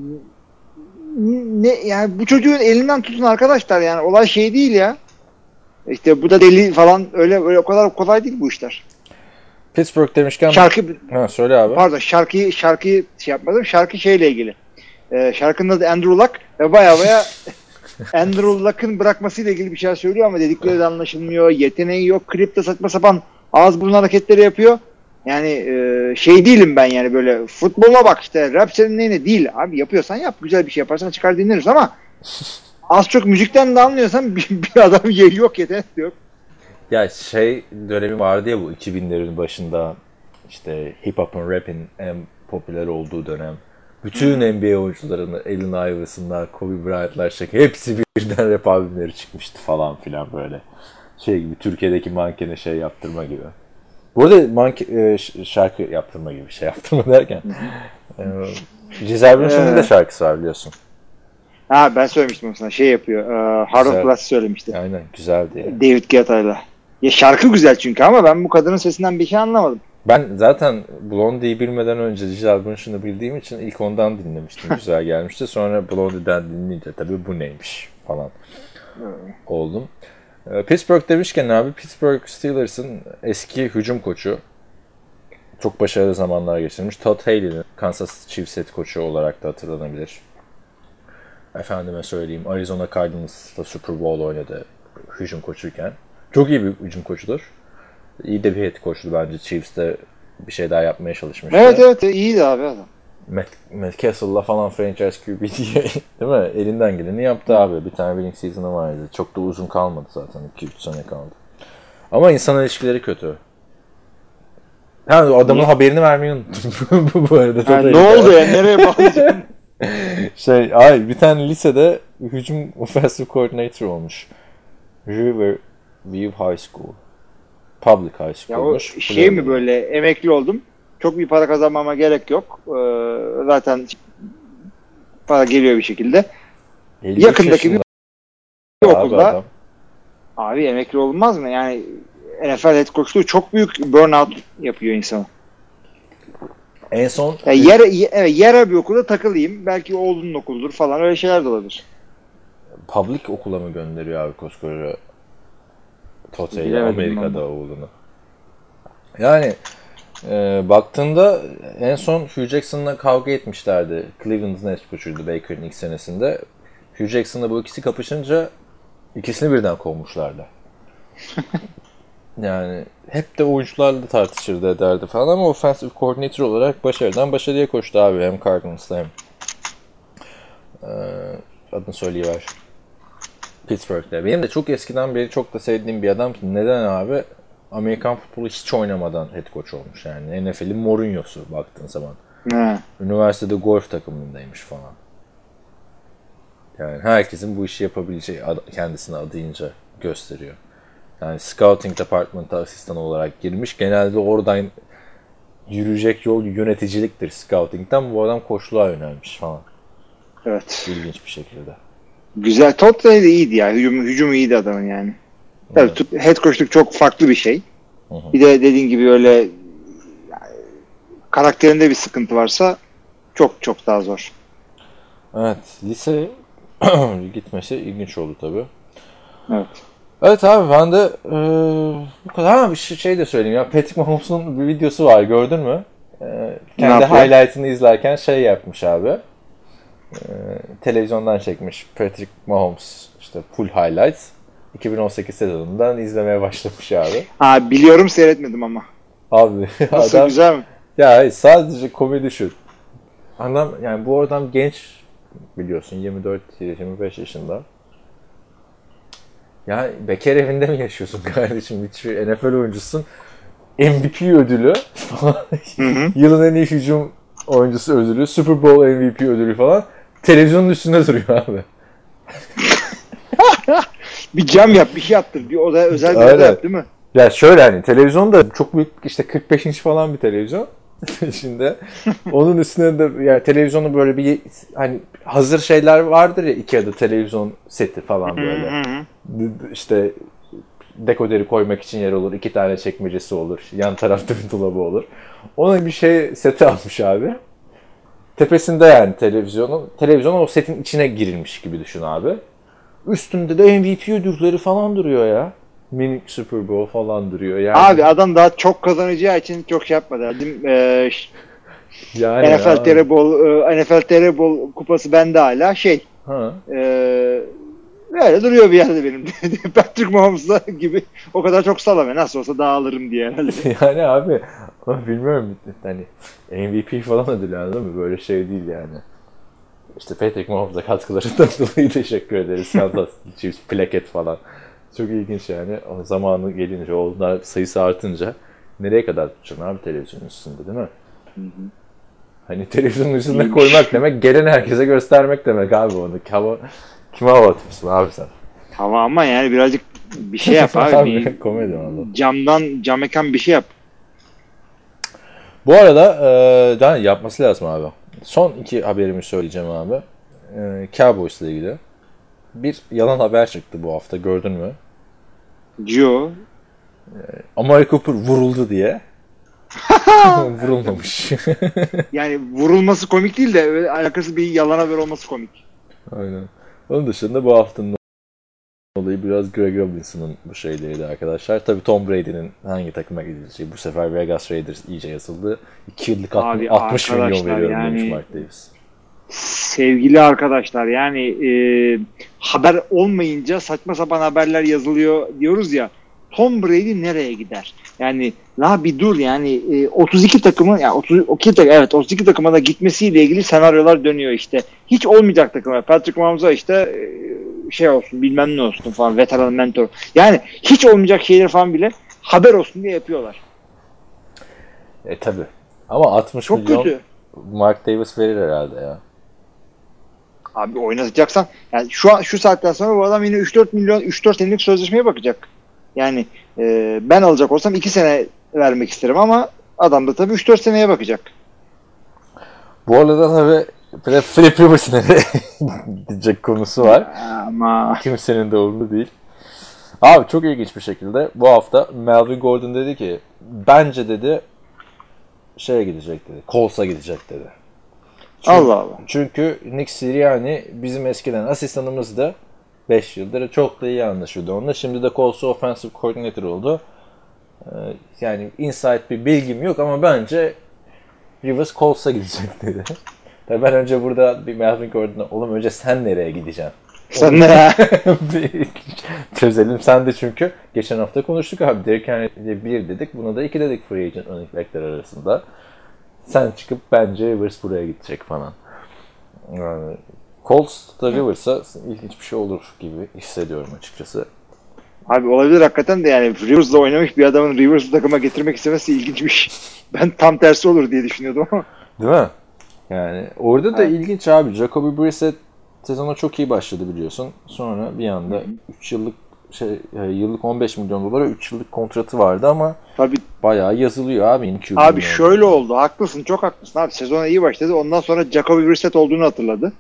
ne yani bu çocuğun elinden tutun arkadaşlar, yani olay şey değil ya. İşte bu da deli falan, öyle öyle o kadar kolay değil bu işler. Pittsburgh demişken... Şarkı Ha, söyle abi. Pardon, şarkıyı şarkıyı şey yapmadım. Şarkı şeyle ilgili. Ee, şarkının adı Andrew Luck ve baya baya Andrew Luck'ın bırakmasıyla ilgili bir şey söylüyor ama dedikleri de anlaşılmıyor. Yeteneği yok. Klipte saçma sapan ağız burun hareketleri yapıyor. Yani e, şey değilim ben yani, böyle futbola bak işte rap senin neyine değil. Abi yapıyorsan yap. Güzel bir şey yaparsan çıkar dinleriz ama az çok müzikten de anlıyorsan bir, bir adam yok, yetenek de yok. Ya şey dönemi vardı ya bu iki binlerin başında, işte hip hop'un, rap'in en popüler olduğu dönem. Bütün N B A oyuncularının Allen Iverson'lar, Kobe Bryant'lar, şaka hepsi birden rap albümleri çıkmıştı falan filan böyle. Şey gibi, Türkiye'deki mankene şey yaptırma gibi. Bu arada manke, e, şarkı yaptırma gibi, şey yaptırma derken. e, Giselle Bündchen'in de şarkısı var biliyorsun. Ha, ben söylemiştim sana, şey yapıyor. E, Heart of Güzel. Glass söylemişti. Aynen, güzeldi yani. David Guetta'yla. Ya şarkı güzel çünkü ama ben bu kadının sesinden bir şey anlamadım. Ben zaten Blondie'yi bilmeden önce Giselle Bündchen'ı bildiğim için ilk ondan dinlemiştim. Güzel gelmişti. Sonra Blondie'den dinleyince tabii bu neymiş falan oldum. Ee, Pittsburgh demişken abi, Pittsburgh Steelers'ın eski hücum koçu, çok başarılı zamanlar geçirmiş. Todd Haley'nin Kansas Chiefs head koçu olarak da hatırlanabilir. Efendime söyleyeyim, Arizona Cardinals'ta Super Bowl oynadı hücum koçuyken. Çok iyi bir hücum koçudur. İyi de bir head koçtu bence. Chiefs'te bir şey daha yapmaya çalışmıştı. Evet evet, iyiydi abi adam. Matt, Matt Castle'la falan franchise Q B diye değil mi? Elinden geleni yaptı abi. Bir tane winning season'ı vardı. Çok da uzun kalmadı zaten. iki üç sene kaldı. Ama insan ilişkileri kötü. Ha, o adamın Niye? haberini vermeyi unuttum bu arada. Yani ne oldu ya? Nereye bağlayacağım? Şey, ay bir tane lisede hücum offensive coordinator olmuş. River View High School. Public High School Ya o olmuş. şey mi, böyle emekli oldum. Çok bir para kazanmama gerek yok. Ee, zaten para geliyor bir şekilde. elli üç yakındaki bir yaşında okulda- adam. Abi emekli olmaz mı? Yani N F L head coachluğu çok büyük burnout yapıyor insanı. En son Yani yer, ye- evet, yer bir okulda takılayım. Belki oğlunun okuludur falan, öyle şeyler de olabilir. public okula mı gönderiyor abi koskoca Tote'yle Bilemedim Amerika'da ama. oğlunu? Yani Ee, baktığında en son Hugh Jackson'la kavga etmişlerdi. Cleveland'ın head coach'uydu Baker'ın ilk senesinde. Hugh Jackson'la bu ikisi kapışınca ikisini birden kovmuşlardı. Yani hep de oyuncularla tartışırdı ederdi falan ama offensive coordinator olarak başarıdan başarıya koştu abi. Hem Cardinals'la hem ee, adını söyleyiver. Pittsburgh'de. Benim de çok eskiden beri çok da sevdiğim bir adam. Neden abi? Amerikan futbolu hiç oynamadan head coach olmuş yani. N F L'in Mourinho'su baktığın zaman. He. Üniversitede golf takımındaymış falan. Yani herkesin bu işi yapabileceği kendisine adayınca gösteriyor. Yani scouting department'a asistan olarak girmiş. Genelde oradan yürüyecek yol yöneticiliktir scouting'den. Bu adam koçluğa yönelmiş falan. Evet. İlginç bir şekilde. Güzel. Tottenham de iyiydi ya. Hücum, hücum iyiydi adamın yani. Tabii evet. Head coachluk çok farklı bir şey. Hı hı. Bir de dediğin gibi öyle yani, karakterinde bir sıkıntı varsa çok çok daha zor. Evet. Liseye gitmesi ilginç oldu tabii. Evet. Evet abi ben de e, bu kadar. Ha bir şey de söyleyeyim ya. Patrick Mahomes'un bir videosu var gördün mü? E, kendi highlight'ını izlerken şey yapmış abi. E, televizyondan çekmiş Patrick Mahomes işte full highlights. iki bin on sekiz sezonundan izlemeye başlamış abi. Ha biliyorum seyretmedim ama. Abi nasıl adam, güzel mi? Ya sadece komedi şu. Adam yani bu adam genç biliyorsun yirmi dört yirmi beş yaşında. Ya bekar evinde mi yaşıyorsun kardeşim? Hiçbir N F L oyuncusun. M V P ödülü falan. Yılın en iyi hücum oyuncusu ödülü. Super Bowl M V P ödülü falan. Televizyonun üstünde duruyor abi. Bir cam yap, bir şey yaptır. Bir oda özel bir oda yap değil mi? Ya şöyle hani televizyon da çok büyük işte kırk beş inç falan bir televizyon. Şimdi onun üstüne de yani televizyonun böyle bir hani hazır şeyler vardır ya Ikea'da televizyon seti falan böyle. İşte dekoderi koymak için yer olur. İki tane çekmecesi olur. Yan tarafta bir dolabı olur. Onun bir şey seti almış abi. Tepesinde yani televizyonun. Televizyon o setin içine girilmiş gibi düşün abi. Üstünde de M V P ödülleri falan duruyor ya. Minik Super Bowl falan duruyor yani. Abi adam daha çok kazanacağı için çok şey yapmadı. Ee, yani N F L T R Bowl, N F L T R Bowl kupası bende hala şey. Ha. E, böyle duruyor bir yerde benim. Patrick Mahomes'la gibi o kadar çok sallamıyor. Nasıl olsa dağılırım diye herhalde. Yani abi ama bilmiyorum hani M V P falan ödül yani değil mi? Böyle şey değil yani. İşte Patrick Mahomes'a katkılarından dolayı teşekkür ederiz. Kansas Chiefs plaket falan. Çok ilginç yani. O zamanı gelince, onlar sayısı artınca nereye kadar tutacaksın abi televizyonun üstünde değil mi? Hı hı. Hani televizyonun üstünde koymak demek, gelen herkese göstermek demek abi onu. Hava, kime hava atıyorsun abi sen? Hava ama yani birazcık bir şey yap abi. bir komedi vallahi. Camdan, cam mekan bir şey yap. Bu arada e, yani yapması lazım abi. Son iki haberimi söyleyeceğim abi. E, Cowboys'la ilgili. Bir yalan haber çıktı bu hafta, gördün mü? Yo. Amari Cooper vuruldu diye. Vurulmamış. Yani vurulması komik değil de öyle alakası bir yalan haber olması komik. Aynen. Onun dışında bu haftanın olayı biraz Greg Robinson'ın bu şeyleriydi arkadaşlar. Tabii Tom Brady'nin hangi takıma gideceği. Bu sefer Vegas Raiders iyice yazıldı. iki yıllık Abi, altmış milyon veriyorum yani, demiş Mark Davis. Sevgili arkadaşlar yani e, haber olmayınca saçma sapan haberler yazılıyor diyoruz ya. Tom Brady nereye gider? Yani la bir dur yani e, otuz iki takımı yani otuz iki takım evet otuz iki takıma da gitmesiyle ilgili senaryolar dönüyor işte. Hiç olmayacak takıma. Patrick Mahomes'a işte e, şey olsun bilmem ne olsun falan veteran mentor. Yani hiç olmayacak şeyler falan bile haber olsun diye yapıyorlar. E tabi. Ama altmış çok milyon kötü. Mark Davis verir herhalde ya. Abi oynatacaksan yani şu an şu saatten sonra bu adam yine üç dört milyon üç dört senelik sözleşmeye bakacak. Yani e, ben alacak olsam iki sene vermek isterim ama adam da tabii üç dört seneye bakacak. Bu arada tabii Philip Rivers'ın nereye gidecek konusu var. Ama kimsenin de umurunda değil. Abi çok ilginç bir şekilde bu hafta Melvin Gordon dedi ki bence dedi şeye gidecek dedi. Colts'a gidecek dedi. Çünkü, Allah Allah. Çünkü Nick Sirianni bizim eskiden asistanımızdı. beş yıldır çok da iyi anlaşıyordu onunla. Şimdi de Colts'a offensive coordinator oldu. Ee, yani insight bir bilgim yok ama bence Rivers Colts'a gidecek dedi. Tabii ben önce burada bir Melvin Gordon'a oğlum önce sen nereye gideceksin? Sen ne? Çözelim sen de çünkü. Geçen hafta konuştuk abi. Derrick Henry'e bir dedik. Buna da iki dedik free agent running back'ler arasında. Sen çıkıp bence Rivers buraya gidecek falan. Yani Colts'ta Rivers'a ilginç bir şey olur gibi hissediyorum açıkçası. Abi olabilir hakikaten de yani Rivers'la oynamış bir adamın Rivers'ı takıma getirmek istemesi ilginçmiş. Ben tam tersi olur diye düşünüyordum ama. Değil mi? Yani orada da evet. ilginç abi. Jacoby Brissett sezona çok iyi başladı biliyorsun. Sonra bir anda üç yıllık şey yıllık on beş milyon dolara üç yıllık kontratı vardı ama tabii bayağı yazılıyor abi. Abi şöyle oldu. Haklısın. Çok haklısın abi. Sezona iyi başladı. Ondan sonra Jacoby Brissett olduğunu hatırladı.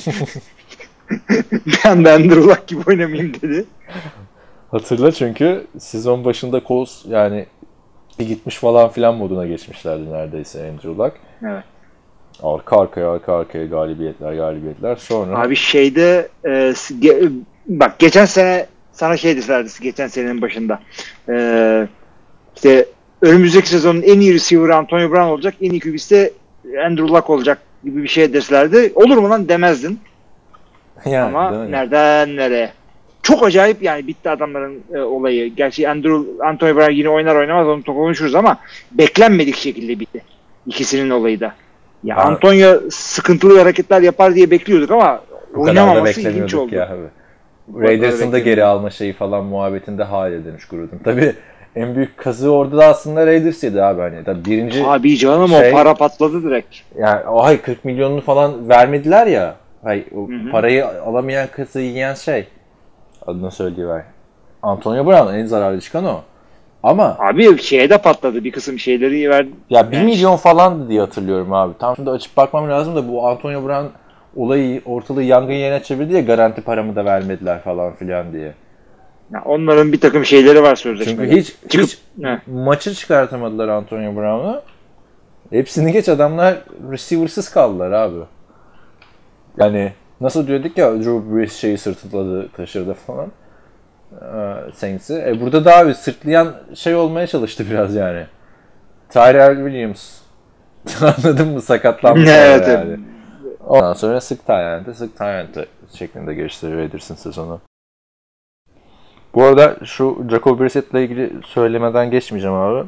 Ben de Andrew Luck gibi oynamayayım dedi. Hatırla çünkü sezon başında Colts yani bir gitmiş falan filan moduna geçmişlerdi neredeyse Andrew Luck. Evet. Arka arkaya arka arkaya galibiyetler galibiyetler sonra. Abi şeyde e, ge, bak geçen sene sana şey dedilerdi geçen senenin başında. E, işte önümüzdeki sezonun en iyi receiver'ı Antonio Brown olacak. En iyi Q B'si de Andrew Luck olacak gibi bir şey deselerdi. Olur mu lan demezdin. Yani, ama nereden nereye? Çok acayip yani bitti adamların e, olayı. Gerçi Andrew, Antonio Brown yine oynar oynamaz onu konuşuruz ama beklenmedik şekilde bitti. İkisinin olayı da. Ya ha. Antonio sıkıntılı hareketler yapar diye bekliyorduk ama bu oynamaması ilginç oldu. Ya Raiders'ın da geri alma şeyi falan muhabbetinde hale dönüş kurudum. Tabii en büyük kazığı orada da aslında Raiders'ydı abi. Hani. Tabii birinci abi canım şey, o para patladı direkt. Yani o hay kırk milyonunu falan vermediler ya. Hay o Hı-hı. parayı alamayan kızı yiyen şey. Adını söyleyiver. Antonio Brown en zararlı çıkan o. Ama abi şeye de patladı bir kısım şeyleri verdi. Ya bir yani milyon falandı diye hatırlıyorum abi. Tam şimdi açıp bakmam lazım da bu Antonio Brown olayı ortalığı yangın yerine çevirdi ya garanti paramı da vermediler falan filan diye. Ya onların bir takım şeyleri var sözleşmede. Çünkü hiç, Çıkıp, hiç maçı çıkartamadılar Antonio Brown'u. Hepsini geç adamlar receiver'sız kaldılar abi. Yani nasıl diyorduk ya Drew Brees şeyi sırtladı taşırdı falan. Saints'i. E burada da abi sırtlayan şey olmaya çalıştı biraz yani. Tyrell Williams. Anladın mı? Sakatlanmış evet, yani. Evet. Ondan sonra sık Tyrell'de sık Tyrell'de şeklinde geçti Raiders'ın sezonu. Bu arada şu Jacoby Brissett'le ilgili söylemeden geçmeyeceğim abi.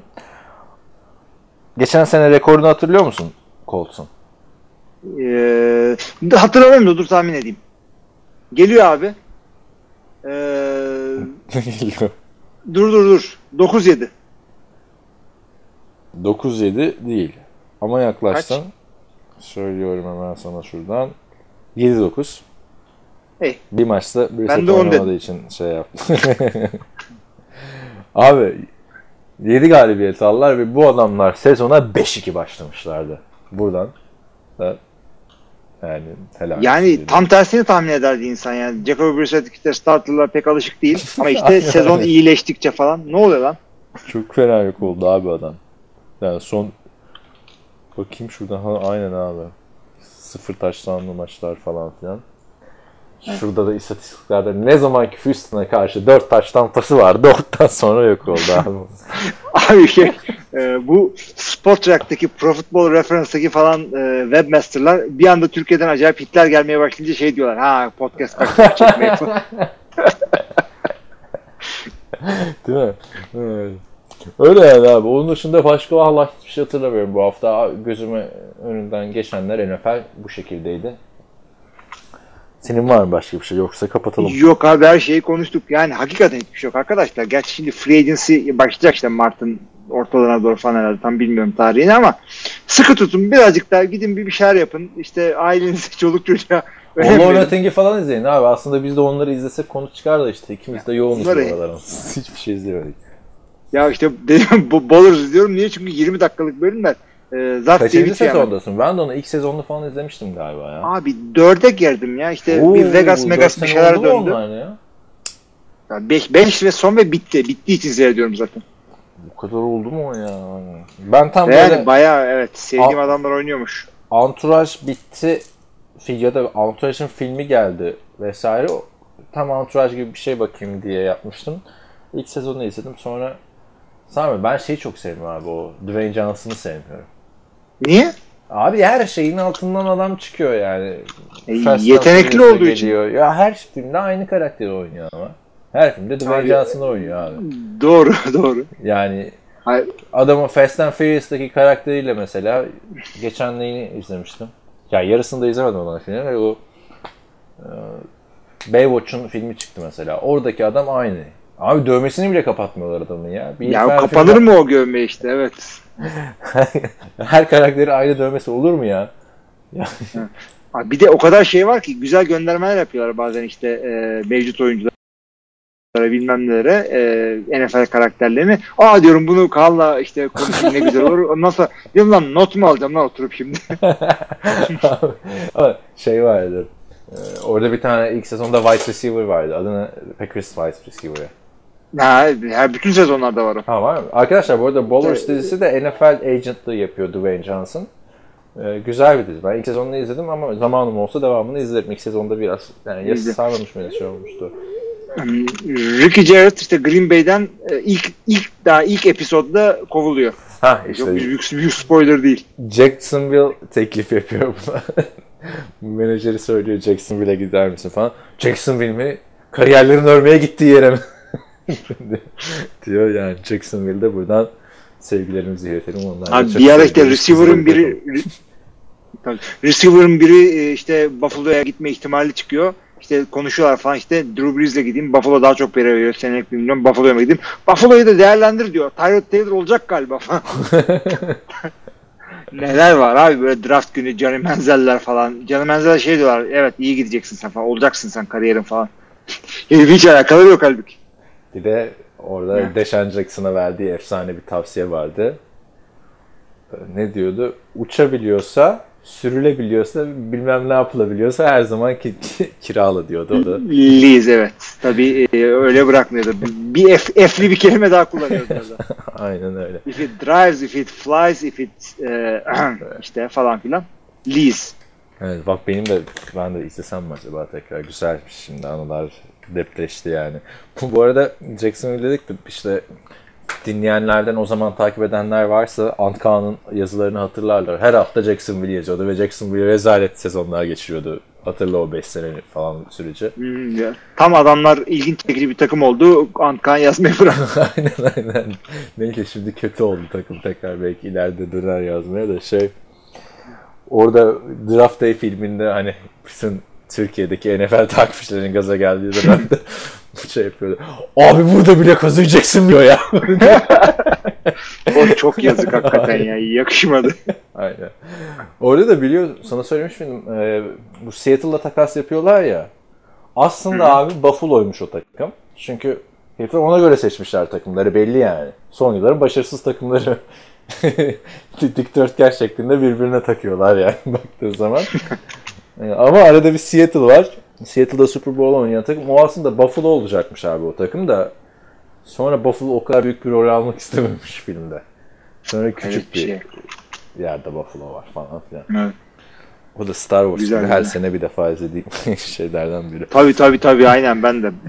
Geçen sene rekorunu hatırlıyor musun Colts'un? Ee, hatırlamıyorum da dur tahmin edeyim. Geliyor abi. Ee, Geliyor. Dur dur dur. dokuz yedi. dokuz yedi değil. Ama yaklaştın. Kaç? Söylüyorum hemen sana şuradan. yedi dokuz. Hey. Bir maçta Brissett oynamadığı için şey yaptım. Abi yedi galibiyet aldılar ve bu adamlar sezona beş iki başlamışlardı. Buradan da yani helal. Yani tam tersini tahmin ederdi insan yani. Jacoby Brissett işte starterlar pek alışık değil ama işte sezon iyileştikçe falan ne oluyor lan? Çok fena yok oldu abi adam. Yani son bakayım şuradan ha, aynen abi. Sıfır taştanlı maçlar falan filan. Şurada da istatistiklerde ne zamanki Houston'a karşı dört taştan pası var. dörtten sonra yok oldu abi. Abi şey, e, bu Spotrack'taki Pro Football Reference'daki falan e, webmasterlar bir anda Türkiye'den acayip hitler gelmeye başlayınca şey diyorlar. Ha podcast kaçacak çekmeye falan. Değil mi? Evet. Öyle yani abi. Onun dışında başka Allah hiçbir şey hatırlamıyorum bu hafta. Gözüme önünden geçenler N F L bu şekildeydi. Senin var mı başka bir şey? Yoksa kapatalım. Yok abi her şeyi konuştuk. Yani hakikaten hiçbir şey yok arkadaşlar. Gerçi şimdi free agency başlayacak işte Mart'ın ortalarına doğru falan herhalde. Tam bilmiyorum tarihini ama sıkı tutun. Birazcık daha gidin bir bir şeyler yapın. İşte ailenize, çoluk çocuğa All or Nothing'i falan izleyin abi. Aslında biz de onları izlesek konu çıkar da işte. İkimiz de yoğunuz oralara. Hiçbir şey izlemedik. Ya işte dedim Bowlers izliyorum. Niye? Çünkü yirmi dakikalık bölümler. E, Kaçıncı sezondasın? Ben de onu ilk sezonda falan izlemiştim galiba ya. Abi dörde girdim ya. İşte Oo, bir Vegas Megas bir şeyler döndü. Ya. beş beş ve son ve bitti. Bittiği için seyrediyorum zaten. Bu kadar oldu mu o ya? Ben tam yani böyle... bayağı evet. Sevdiğim A- adamlar oynuyormuş. Entourage bitti. Ya da Entourage'ın filmi geldi vesaire. Tam Entourage gibi bir şey bakayım diye yapmıştım. İlk sezonu izledim. Sonra Sarmıyor. Ben şeyi çok sevmiyorum abi, o Dwayne Johnson'ı sevmiyorum. Niye? Abi her şeyin altından adam çıkıyor yani. E, Fast yetenekli and olduğu için. Ya her filmde aynı karakteri oynuyor ama. Her filmde Dwayne Abi, Johnson oynuyor abi. Doğru, doğru. Yani Hayır. adamın Fast and Furious'taki karakteriyle mesela geçen neyini izlemiştim. Ya yarısını da izlemedim olan filmi ve o e, Baywatch'un filmi çıktı mesela. Oradaki adam aynı. Abi dövmesini bile kapatmıyorlar adamın ya. Bir Ya kapanır mı o gömme işte, evet. Her karakteri aynı dövmesi olur mu ya? ya. Abi bir de o kadar şey var ki güzel göndermeler yapıyorlar bazen işte e, mevcut oyunculara bilmem nelere e, N F L karakterlerini. Aa diyorum bunu Kaan'la işte konuşayım ne güzel olur. Ondan sonra diyorum lan not mu alacağım lan oturup şimdi. Ama şey vardı. E, orada bir tane ilk sezonda wide receiver vardı. Adını Packers wide receiver'ı. Ha, her bütün sezonlarda var o. Ha var mı? Arkadaşlar bu arada Ballers dizisi de N F L agentlığı yapıyor Dwayne Johnson. Ee, güzel bir dizi. Ben ilk sezonunu izledim ama zamanım olsa devamını izlerim. İlk sezonda biraz yani ya sarmamış mıydı, şey olmuştu. Ricky Jarrett işte Green Bay'den ilk ilk daha ilk episodda kovuluyor. Ha işte. Çok büyük, büyük spoiler değil. Jacksonville teklif yapıyor buna. Menajeri söylüyor Jacksonville'e gider misin falan. Jacksonville mi? Kariyerlerin örmeye gittiği yere mi? diyor yani Jacksonville'de buradan sevgilerimizi iletelim. Onlar abi bir ara işte receiver'ın biri receiver'ın biri işte Buffalo'ya gitme ihtimali çıkıyor. İşte konuşuyorlar falan işte Drew Brees'le gideyim. Buffalo daha çok para veriyor. Senelik bir milyon. Buffalo'ya mı gideyim? Buffalo'yu da değerlendir diyor. Tyrod Taylor olacak galiba falan. Neler var abi böyle draft günü Johnny Manziel'ler falan. Johnny Manziel'e şey diyorlar. Evet iyi gideceksin sen falan. Olacaksın sen kariyerin falan. Hiç alakaları yok halbuki. Bir de orada evet. Deshaun Jackson'a verdiği efsane bir tavsiye vardı. Ne diyordu? Uçabiliyorsa, sürülebiliyorsa, bilmem ne yapılabiliyorsa her zaman ki, kirala diyordu o da. Lease evet. Tabii e, öyle bırakmıyordu. Bir F, F'li bir kelime daha kullanıyordu orada. Aynen öyle. If it drives, if it flies, if it e, işte falan filan. Lease. Evet bak benim de ben de izlesem mi acaba tekrar, güzelmiş şimdi anılar depreşti yani. Bu arada Jacksonville dedik de işte dinleyenlerden o zaman takip edenler varsa Antkan'ın yazılarını hatırlarlar. Her hafta Jacksonville yazıyordu ve Jacksonville rezalet sezonlar geçiriyordu. Hatırla o beş sene falan süreci. Hmm, ya. Tam adamlar ilginç çekici bir takım oldu. Antkan yazmayı bıraktı. aynen aynen. Neyse şimdi kötü oldu takım tekrar, belki ileride döner yazmaya da şey. Orada Draft Day filminde hani bütün Türkiye'deki N F L takipçilerin gaza geldiği dönemde bu şey yapıyordu. Abi burada bile kazıyacaksın diyor ya. O çok yazık hakikaten ya. Yakışmadı. Aynen. Orada da biliyor, sana söylemiş miydim? E, bu Seattle'la takas yapıyorlar ya. Aslında Hı-hı. abi Buffalo'ymuş o takım. Çünkü herifler ona göre seçmişler takımları, belli yani. Son yılların başarısız takımları. Dikdörtgen şeklinde birbirine takıyorlar yani baktığın zaman. Ama arada bir Seattle var. Seattle'da Super Bowl oynayan takım. O aslında Buffalo olacakmış abi o takım da. Sonra Buffalo o kadar büyük bir rol almak istememiş filmde. Sonra küçük bir, bir şey. yerde Buffalo var falan filan. Evet. O da Star Wars gibi her sene bir defa izlediğim şeylerden biri. Tabii tabii tabii aynen ben de.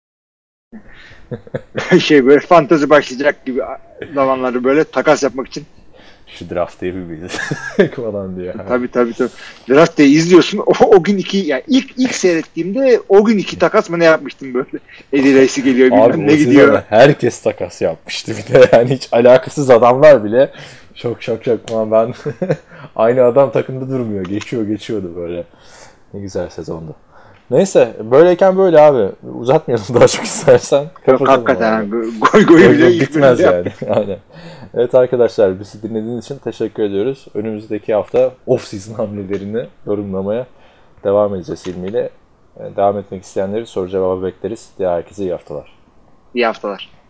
şey böyle fantezi başlayacak gibi zamanları böyle takas yapmak için. Şu draft diye bir bildi falan diyor. Tabii tabii tabii. Draft diye izliyorsun. O, o gün iki yani ilk ilk seyrettiğimde o gün iki takas mı ne yapmıştım böyle. Eddie Lacy geliyor bilmem abi, ne gidiyor. Herkes takas yapmıştı bir de yani hiç alakasız adamlar bile şok şok şok falan ben aynı adam takımda durmuyor. Geçiyor geçiyordu böyle. Ne güzel sezondu. Neyse böyleyken böyle abi. Uzatmayalım daha çok istersen. Yok hakikaten. Goy goy bile bitmez yani. Aynen. Evet arkadaşlar bizi dinlediğiniz için teşekkür ediyoruz. Önümüzdeki hafta off-season hamlelerini yorumlamaya devam edeceğiz ilmiyle. Devam etmek isteyenleri soru cevabı bekleriz. Diğer herkese iyi haftalar. İyi haftalar.